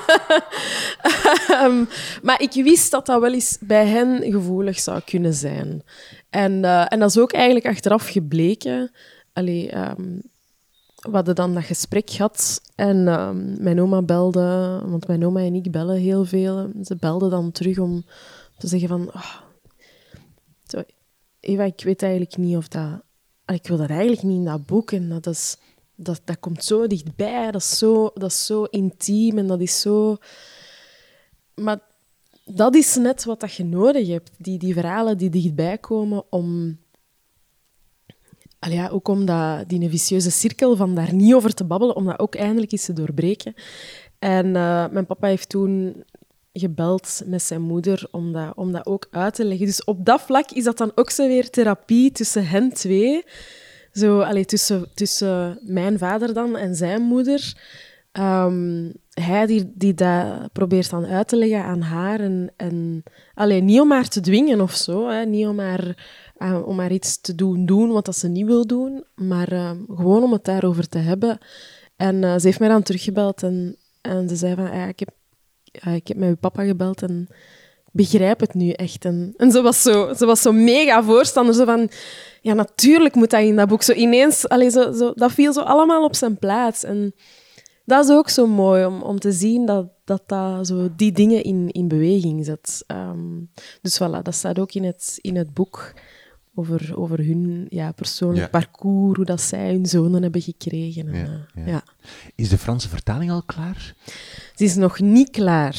um, maar ik wist dat dat wel eens bij hen gevoelig zou kunnen zijn. En, uh, en dat is ook eigenlijk achteraf gebleken. Allee... Um, we hadden dan dat gesprek gehad en uh, mijn oma belde, want mijn oma en ik bellen heel veel. Ze belde dan terug om te zeggen van... Oh, zo, Eva, ik weet eigenlijk niet of dat... Ik wil dat eigenlijk niet in dat boek. En dat, is, dat, dat komt zo dichtbij, dat is zo, dat is zo intiem en dat is zo... Maar dat is net wat dat je nodig hebt. Die, die verhalen die dichtbij komen om... Allee, ja, ook om dat, die vicieuze cirkel van daar niet over te babbelen, om dat ook eindelijk eens te doorbreken. En uh, mijn papa heeft toen gebeld met zijn moeder om dat, om dat ook uit te leggen. Dus op dat vlak is dat dan ook zo weer therapie tussen hen twee. Zo, allee, tussen, tussen mijn vader dan en zijn moeder. Um, hij die, die dat probeert dan uit te leggen aan haar. En, en, allee, niet om haar te dwingen of zo, hè, niet om haar... Uh, om maar iets te doen, doen wat ze niet wil doen, maar uh, gewoon om het daarover te hebben. En uh, ze heeft mij dan teruggebeld en, en ze zei van, ja, ik, heb, uh, ik heb met uw papa gebeld en ik begrijp het nu echt. En, en ze, was zo, ze was zo mega voorstander, zo van, ja, natuurlijk moet dat in dat boek. Zo ineens, allee, zo, zo, dat viel zo allemaal op zijn plaats. En dat is ook zo mooi, om, om te zien dat dat, dat zo die dingen in, in beweging zet. Um, dus voilà, dat staat ook in het, in het boek. Over, over hun ja, persoonlijk ja. parcours, hoe dat zij hun zonen hebben gekregen. En, ja, uh, ja. Ja. Is de Franse vertaling al klaar? Ze is nog niet klaar.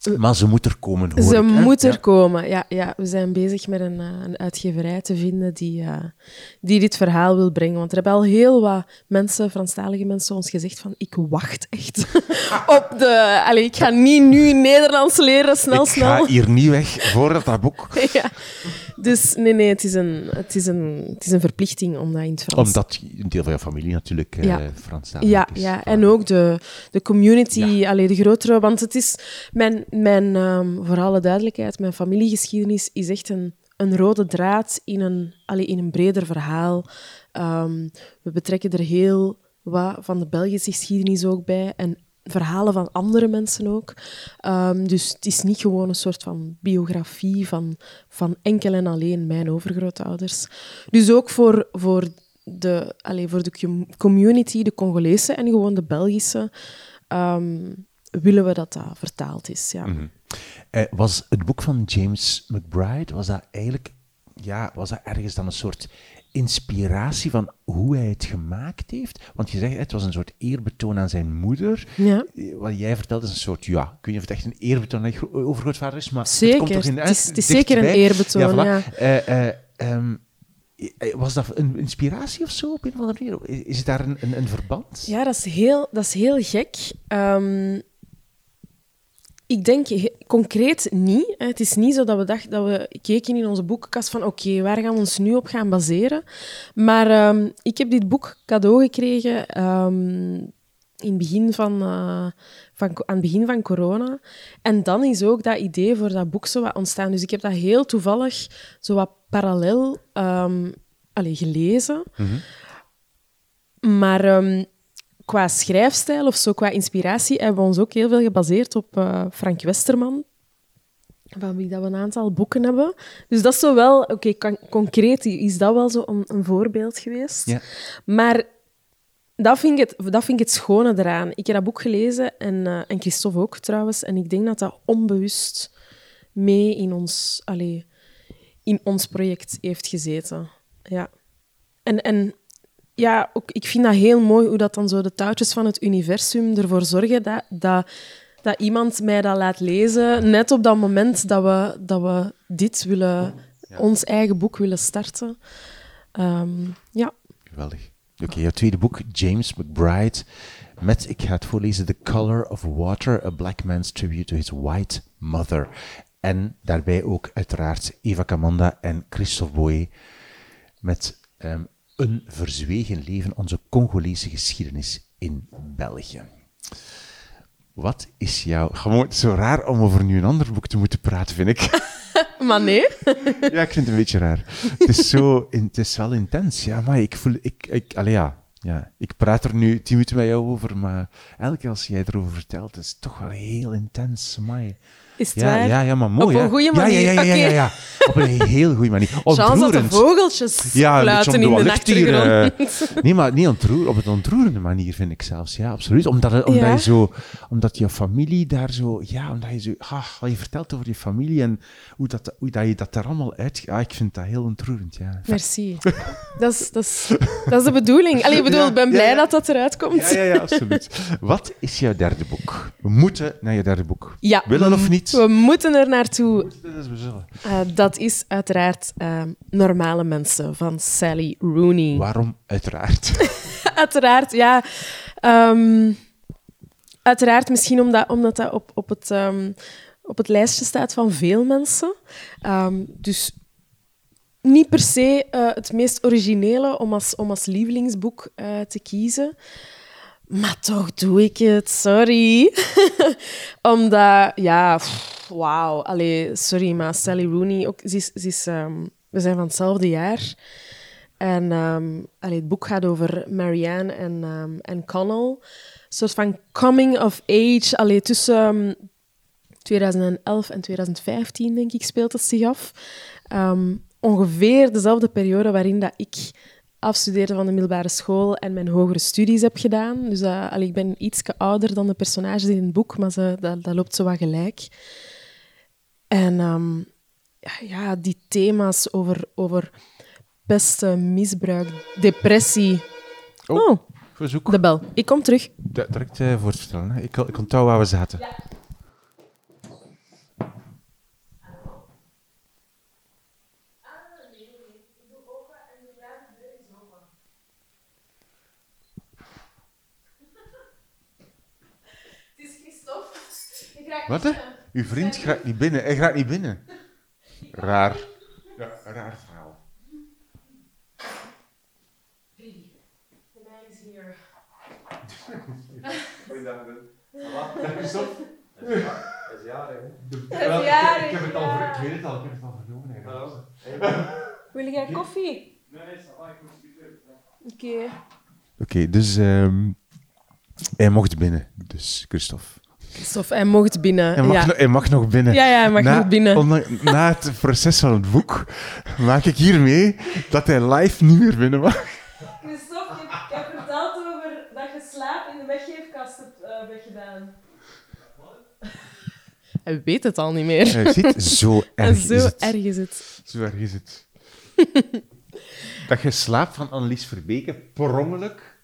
Maar ze moet er komen, hoor Ze ik, hè? moet er Ja. komen, ja, ja. We zijn bezig met een, uh, een uitgeverij te vinden die, uh, die dit verhaal wil brengen. Want er hebben al heel wat mensen, Franstalige mensen, ons gezegd van ik wacht echt op de... Allee, ik ga niet nu Nederlands leren, snel, Ik snel. ga hier niet weg voordat dat boek... Ja. Dus nee, nee, het is, een, het, is een, het is een verplichting om dat in het Frans... Omdat een deel van je familie natuurlijk uh, Ja. Franstalig Ja, is. ja, en ook de, de community, Ja. allee, de grotere... Want het is... Mijn, mijn, um, voor alle duidelijkheid, mijn familiegeschiedenis is echt een, een rode draad in een, allee, in een breder verhaal. Um, we betrekken er heel wat van de Belgische geschiedenis ook bij en verhalen van andere mensen ook. Um, dus het is niet gewoon een soort van biografie van, van enkel en alleen mijn overgrootouders. Dus ook voor... voor de, allee, voor de community, de Congolese en gewoon de Belgische, um, willen we dat dat vertaald is. Ja. Mm-hmm. Uh, was het boek van James McBride, was dat eigenlijk, ja, was dat ergens dan een soort inspiratie van hoe hij het gemaakt heeft? Want je zegt, het was een soort eerbetoon aan zijn moeder. Ja. Wat jij vertelt is een soort, ja, ik weet niet of het echt een eerbetoon aan je overgrootvader is, maar zeker. het komt toch in Het is, het is zeker een eerbetoon, ja. Voilà. ja. Uh, uh, um, was dat een inspiratie of zo op een of andere manier? Is daar een, een, een verband? Ja, dat is heel, dat is heel gek. Um, ik denk he, concreet niet. Hè. Het is niet zo dat we dachten dat we keken in onze boekenkast van oké, okay, waar gaan we ons nu op gaan baseren? Maar um, ik heb dit boek cadeau gekregen um, in het begin van, uh, van, aan het begin van corona. En dan is ook dat idee voor dat boek zo wat ontstaan. Dus ik heb dat heel toevallig zo wat parallel um, allez, gelezen. Mm-hmm. Maar um, qua schrijfstijl of zo, qua inspiratie, hebben we ons ook heel veel gebaseerd op uh, Frank Westerman, van wie dat we een aantal boeken hebben. Dus dat is zo wel... Oké, okay, kan, concreet is dat wel zo een, een voorbeeld geweest. Ja. Maar dat vind, ik het, dat vind ik het schone eraan. Ik heb dat boek gelezen, en, uh, en Christophe ook trouwens, en ik denk dat dat onbewust mee in ons, allez, in ons project heeft gezeten. Ja. En... en Ja, ook, ik vind dat heel mooi hoe dat dan zo de touwtjes van het universum ervoor zorgen dat, dat, dat iemand mij dat laat lezen, net op dat moment dat we, dat we dit willen, ja. ons eigen boek willen starten. Um, ja. Geweldig. Oké, okay, jouw tweede boek, James McBride, met, ik ga het voorlezen, The Color of Water, A Black Man's Tribute to His White Mother. En daarbij ook uiteraard Eva Kamanda en Christophe Boé met... Um, Een verzwegen leven, onze Congolese geschiedenis in België. Wat is jouw... Gewoon zo raar om over nu een ander boek te moeten praten, vind ik. Maar nee. Ja, ik vind het een beetje raar. Het is, zo, het is wel intens, ja, maar ik voel... Ik, ik, allee, ja, ja, ik praat er nu tien minuten met jou over, maar elke keer als jij erover vertelt, is het toch wel heel intens, amai. Is het ja, waar? Ja, ja, maar mooi, Op een goede manier? Ja, ja, ja, ja, ja, ja. Op een heel goede manier. Chance dat de vogeltjes ja, fluiten in de achtergrond. Uh, nee, maar niet ontroer, op een ontroerende manier, vind ik zelfs. Ja, absoluut. Omdat, omdat, ja. je zo, omdat je familie daar zo... Ja, omdat je zo... Ah, wat je vertelt over je familie en hoe, dat, hoe dat je dat daar allemaal uit... Ja, ik vind dat heel ontroerend, ja. Merci. dat, is, dat, is, dat is de bedoeling. Allee, ik bedoel, ja, ik ben blij ja, ja. dat dat eruit komt. Ja, ja, ja, absoluut. Wat is jouw derde boek? We moeten naar je derde boek. Ja. Willen of niet? We moeten er naartoe. Dat is bezullen. Uh, dat is uiteraard uh, Normale Mensen van Sally Rooney. Waarom uiteraard? Uiteraard, ja. Um, uiteraard misschien omdat, omdat dat op, op, het, um, op het lijstje staat van veel mensen. Um, dus niet per se uh, het meest originele om als, om als lievelingsboek uh, te kiezen. Maar toch doe ik het, sorry. Omdat, ja, wauw. Allee, sorry, maar Sally Rooney, ook, ze is, ze is, um, we zijn van hetzelfde jaar. En um, allee, het boek gaat over Marianne en, um, en Connell. Een soort van coming of age. Allee, tussen um, twintig elf en twintig vijftien, denk ik, speelt het zich af. Um, ongeveer dezelfde periode waarin dat ik afstudeerde van de middelbare school en mijn hogere studies heb gedaan. Dus uh, allee, ik ben iets ouder dan de personages in het boek, maar ze, dat, dat loopt zo wat gelijk. En um, ja, ja, die thema's over, over pesten, misbruik, depressie. Oh, oh, verzoek. De bel. Ik kom terug. D- direct uh, voor te vertellen. Hè. Ik, ik onthoud waar we zaten. Ja. Wat, hè? Uw vriend gaat niet binnen. Hij gaat niet binnen. Raar. Ja, raar verhaal. De mij is hier. Goeiedag, Ben. Christophe? Het is jarig, hè? Het jarig, Ik heb het al, ja. ver- ik weet het al, ik heb het al vernomen eigenlijk. Hallo. Wil jij koffie? Nee, nee, ça va, ik moet spelen. Oké. Oké, dus ehm hij mocht binnen, dus Christophe. Stof, hij mocht binnen. Hij mag, ja. nog, hij mag nog binnen. ja, ja, hij mag na, nog binnen. ondanks- na het proces van het boek maak ik hier mee dat hij live niet meer binnen mag. Christophe, ik heb verteld over dat je slaap in de weggeefkast hebt uh, weggedaan. Hij weet het al niet meer. Hij ziet, zo En erg zo is het. erg is het. Zo erg is het. Dat je slaapt van Annelies Verbeke per ongeluk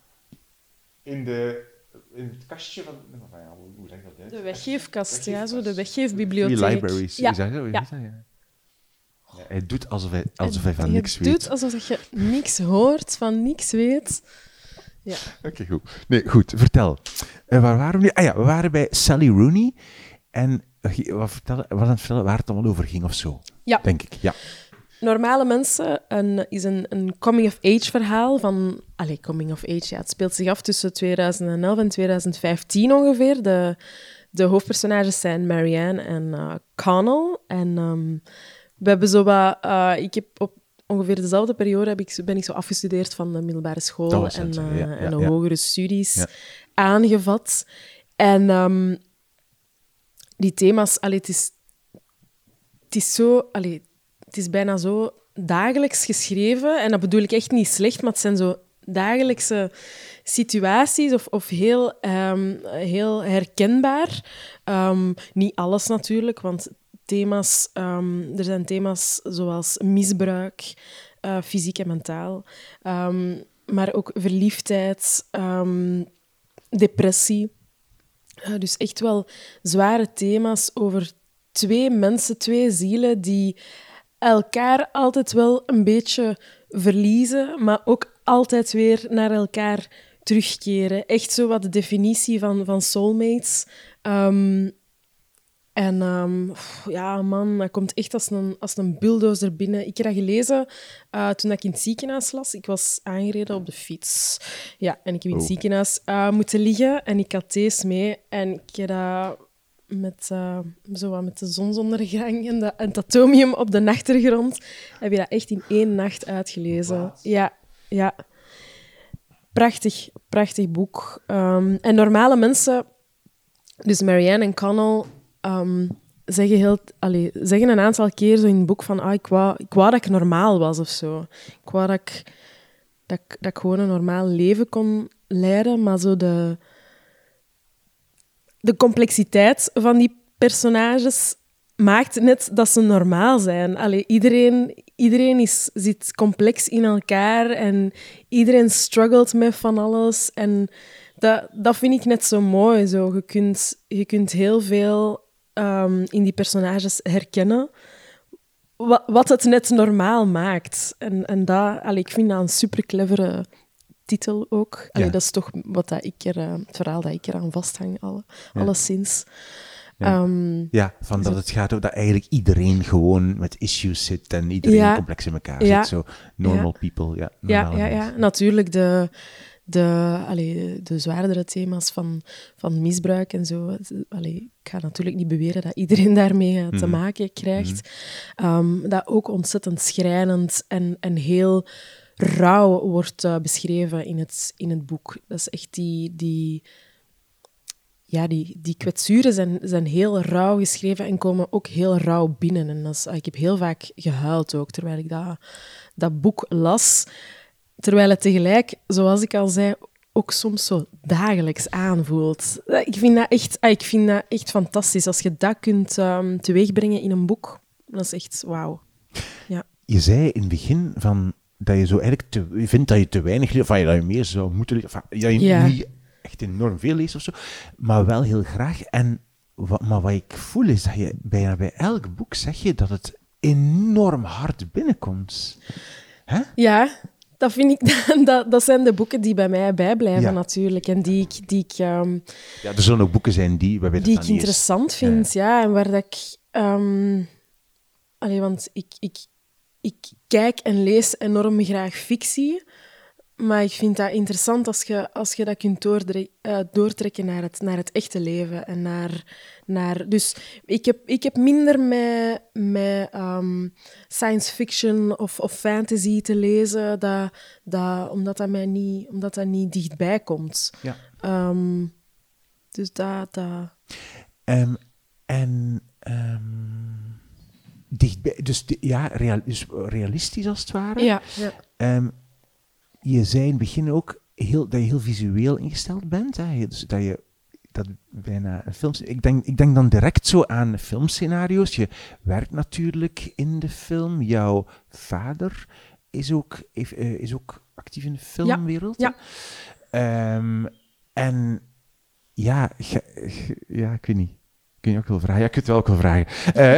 in, de, in het kastje van... Enfin, ja, hoe- hoe zeg je dat uit? De weggeefkast, ja, zo de Free weggeefbibliotheek. libraries, Ja. is dat zo? Is Ja. dat, ja. Ja, hij doet alsof hij, alsof hij van je niks doet weet. alsof je niks hoort, van niks weet. Ja. Oké, goed. Nee, goed, vertel. Uh, waar waren we nu? Ah ja, we waren bij Sally Rooney. En uh, wat, vertellen, wat aan het vertellen waar het allemaal over ging of zo. Ja. Denk ik, ja. Normale Mensen een, is een, een coming-of-age verhaal van... Allee, coming-of-age, ja. Het speelt zich af tussen tweeduizend elf en tweeduizend vijftien ongeveer. De, de hoofdpersonages zijn Marianne en uh, Connell. En um, we hebben zo wat... Uh, ik heb op ongeveer dezelfde periode heb ik, ben ik zo afgestudeerd van de middelbare Dat school was en, het, ja, uh, ja, en de ja. hogere studies Ja. aangevat. En um, die thema's... Allee, het is, het is zo... Allee, het is bijna zo dagelijks geschreven. En dat bedoel ik echt niet slecht, maar het zijn zo dagelijkse situaties of, of heel, um, heel herkenbaar. Um, niet alles natuurlijk, want thema's, um, er zijn thema's zoals misbruik, uh, fysiek en mentaal, um, maar ook verliefdheid, um, depressie. Uh, dus echt wel zware thema's over twee mensen, twee zielen die elkaar altijd wel een beetje verliezen, maar ook altijd weer naar elkaar terugkeren. Echt zo wat de definitie van, van soulmates. Um, en um, pff, ja, man, dat komt echt als een, als een bulldozer binnen. Ik heb dat gelezen uh, toen ik in het ziekenhuis las. Ik was aangereden op de fiets. Ja, en ik heb in het Oh. ziekenhuis uh, moeten liggen en ik had deze mee. En ik heb dat met, uh, zo wat met de zonsondergang en, de, en het atomium op de achtergrond, heb je dat echt in één nacht uitgelezen. Ja, ja. Prachtig, prachtig boek. Um, en normale mensen, dus Marianne en Connell, um, zeggen, heel, allee, zeggen een aantal keer zo in het boek van ah, ik, wou, ik wou dat ik normaal was of zo. Ik wou dat ik, dat, ik- dat ik gewoon een normaal leven kon leiden, maar zo de... de complexiteit van die personages maakt net dat ze normaal zijn. Allee, iedereen iedereen is, zit complex in elkaar en iedereen struggelt met van alles. En dat, dat vind ik net zo mooi. Zo. Je, kunt, je kunt heel veel um, in die personages herkennen, wat, wat het net normaal maakt. En, en dat, allee, ik vind dat een super clevere titel ook. Allee, Ja. Dat is toch wat dat ik er, uh, het verhaal dat ik eraan vasthang, alle, Ja. alleszins. Ja. Um, Ja, van dat het gaat over dat eigenlijk iedereen gewoon met issues zit en iedereen Ja. complex in elkaar Ja. zit. Zo normal people, ja. ja, normale ja, ja, mensen. natuurlijk de, de, allee, de zwaardere thema's van, van misbruik en zo. Allee, ik ga natuurlijk niet beweren dat iedereen daarmee uh, te Mhm. maken krijgt. Um, dat ook ontzettend schrijnend en, en heel rauw wordt uh, beschreven in het, in het boek. Dat is echt die... die ja, die, die kwetsuren zijn, zijn heel rauw geschreven en komen ook heel rauw binnen. En dat is, ik heb heel vaak gehuild ook, terwijl ik dat, dat boek las. Terwijl het tegelijk, zoals ik al zei, ook soms zo dagelijks aanvoelt. Ik vind dat echt, ik vind dat echt fantastisch. Als je dat kunt um, teweegbrengen in een boek, dat is echt wauw. Ja. Je zei in het begin van dat je zo eigenlijk te, je vindt dat je te weinig leest, of dat je meer zou moeten lezen, of dat je Ja. niet echt enorm veel leest of zo, maar wel heel graag. En wat, maar wat ik voel is dat je bijna bij elk boek zeg je dat het enorm hard binnenkomt. Hè? Ja, Dat, vind ik, dat, dat zijn de boeken die bij mij bijblijven, Ja. natuurlijk. En die ik, die ik, um, Ja, er zullen ook boeken zijn die... waarbij dat die dan ik niet is. interessant vind, ja. En waar dat ik... Um, allee, want ik, ik, ik kijk en lees enorm graag fictie. Maar ik vind dat interessant als je, als je dat kunt doordre- uh, doortrekken naar het, naar het echte leven. En naar, naar, dus ik heb, ik heb minder met, met um, science fiction of, of fantasy te lezen, dat, dat, omdat, dat mij niet, omdat dat niet dichtbij komt. Ja. Um, dus dat... dat... Um, en... Um, dichtbij... Dus di- ja, real, dus realistisch als het ware. Ja, ja. Um, je zei in het begin ook heel, dat je heel visueel ingesteld bent. Hè? Dus dat je dat bijna een film... Ik denk, ik denk dan direct zo aan filmscenario's. Je werkt natuurlijk in de film. Jouw vader is ook, is ook actief in de filmwereld. Ja. Ja. Um, en ja, ge, ge, ja, ik weet niet. Kun je ook wel vragen? Ja, ik kunt het wel ook wel vragen.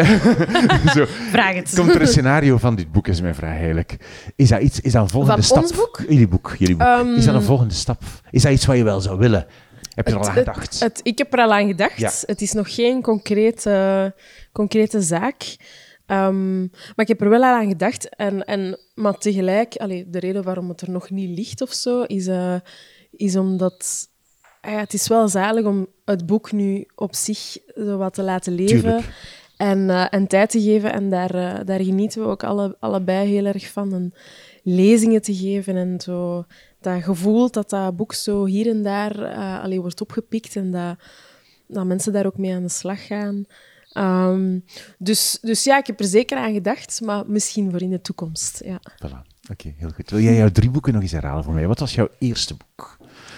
Uh, zo. Vraag het. Komt er een scenario van dit boek, is mijn vraag eigenlijk. Is dat, iets, is dat een volgende van stap? Ons boek? Jullie boek, jullie boek. Um, is dat een volgende stap? Is dat iets wat je wel zou willen? Heb je er al aan gedacht? Het, het, ik heb er al aan gedacht. Ja. Het is nog geen concrete, concrete zaak. Um, maar ik heb er wel al aan gedacht. En, en, maar tegelijk, allee, de reden waarom het er nog niet ligt of zo, is, uh, is omdat... Ja, het is wel zalig om het boek nu op zich zo wat te laten leven en, uh, en tijd te geven. En daar, uh, daar genieten we ook alle, allebei heel erg van. En lezingen te geven en zo dat gevoel dat dat boek zo hier en daar uh, allee, wordt opgepikt en dat, dat mensen daar ook mee aan de slag gaan. Um, dus, dus ja, ik heb er zeker aan gedacht, maar misschien voor in de toekomst. Ja. Voilà, oké, okay, heel goed. Wil jij jouw drie boeken nog eens herhalen voor mij? Wat was jouw eerste boek?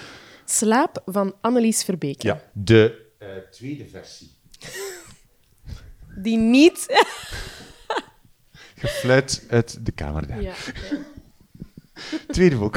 Slaap van Annelies Verbeke. Ja, de uh, tweede versie. Die niet... Gefluit uit de kamer daar. Ja, ja. Tweede boek.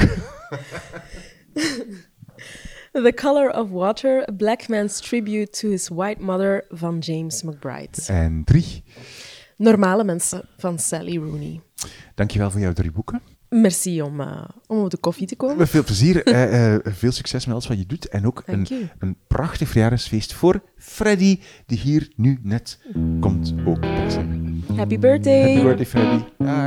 The Color of Water, A Black Man's Tribute to His White Mother van James McBride. En drie. Normale Mensen van Sally Rooney. Dankjewel voor jouw drie boeken. Merci om, uh, om op de koffie te komen. Met veel plezier. uh, uh, veel succes met alles wat je doet. En ook een, een prachtig verjaardagsfeest voor Freddy, die hier nu net komt ook. Happy birthday. Happy birthday, Freddy. Dag.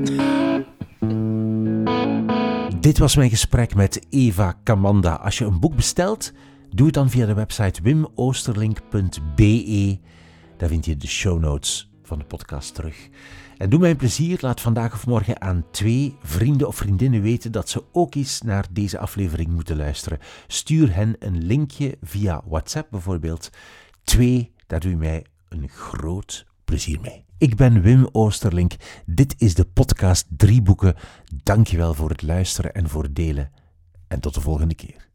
Dit was mijn gesprek met Eva Kamanda. Als je een boek bestelt, doe het dan via de website wim oosterlink punt b e. Daar vind je de show notes van de podcast terug. En doe mij een plezier, laat vandaag of morgen aan twee vrienden of vriendinnen weten dat ze ook eens naar deze aflevering moeten luisteren. Stuur hen een linkje via WhatsApp bijvoorbeeld. Twee, daar doe je mij een groot plezier mee. Ik ben Wim Oosterlink. Dit is de podcast Drie Boeken. Dankjewel voor het luisteren en voor het delen. En tot de volgende keer.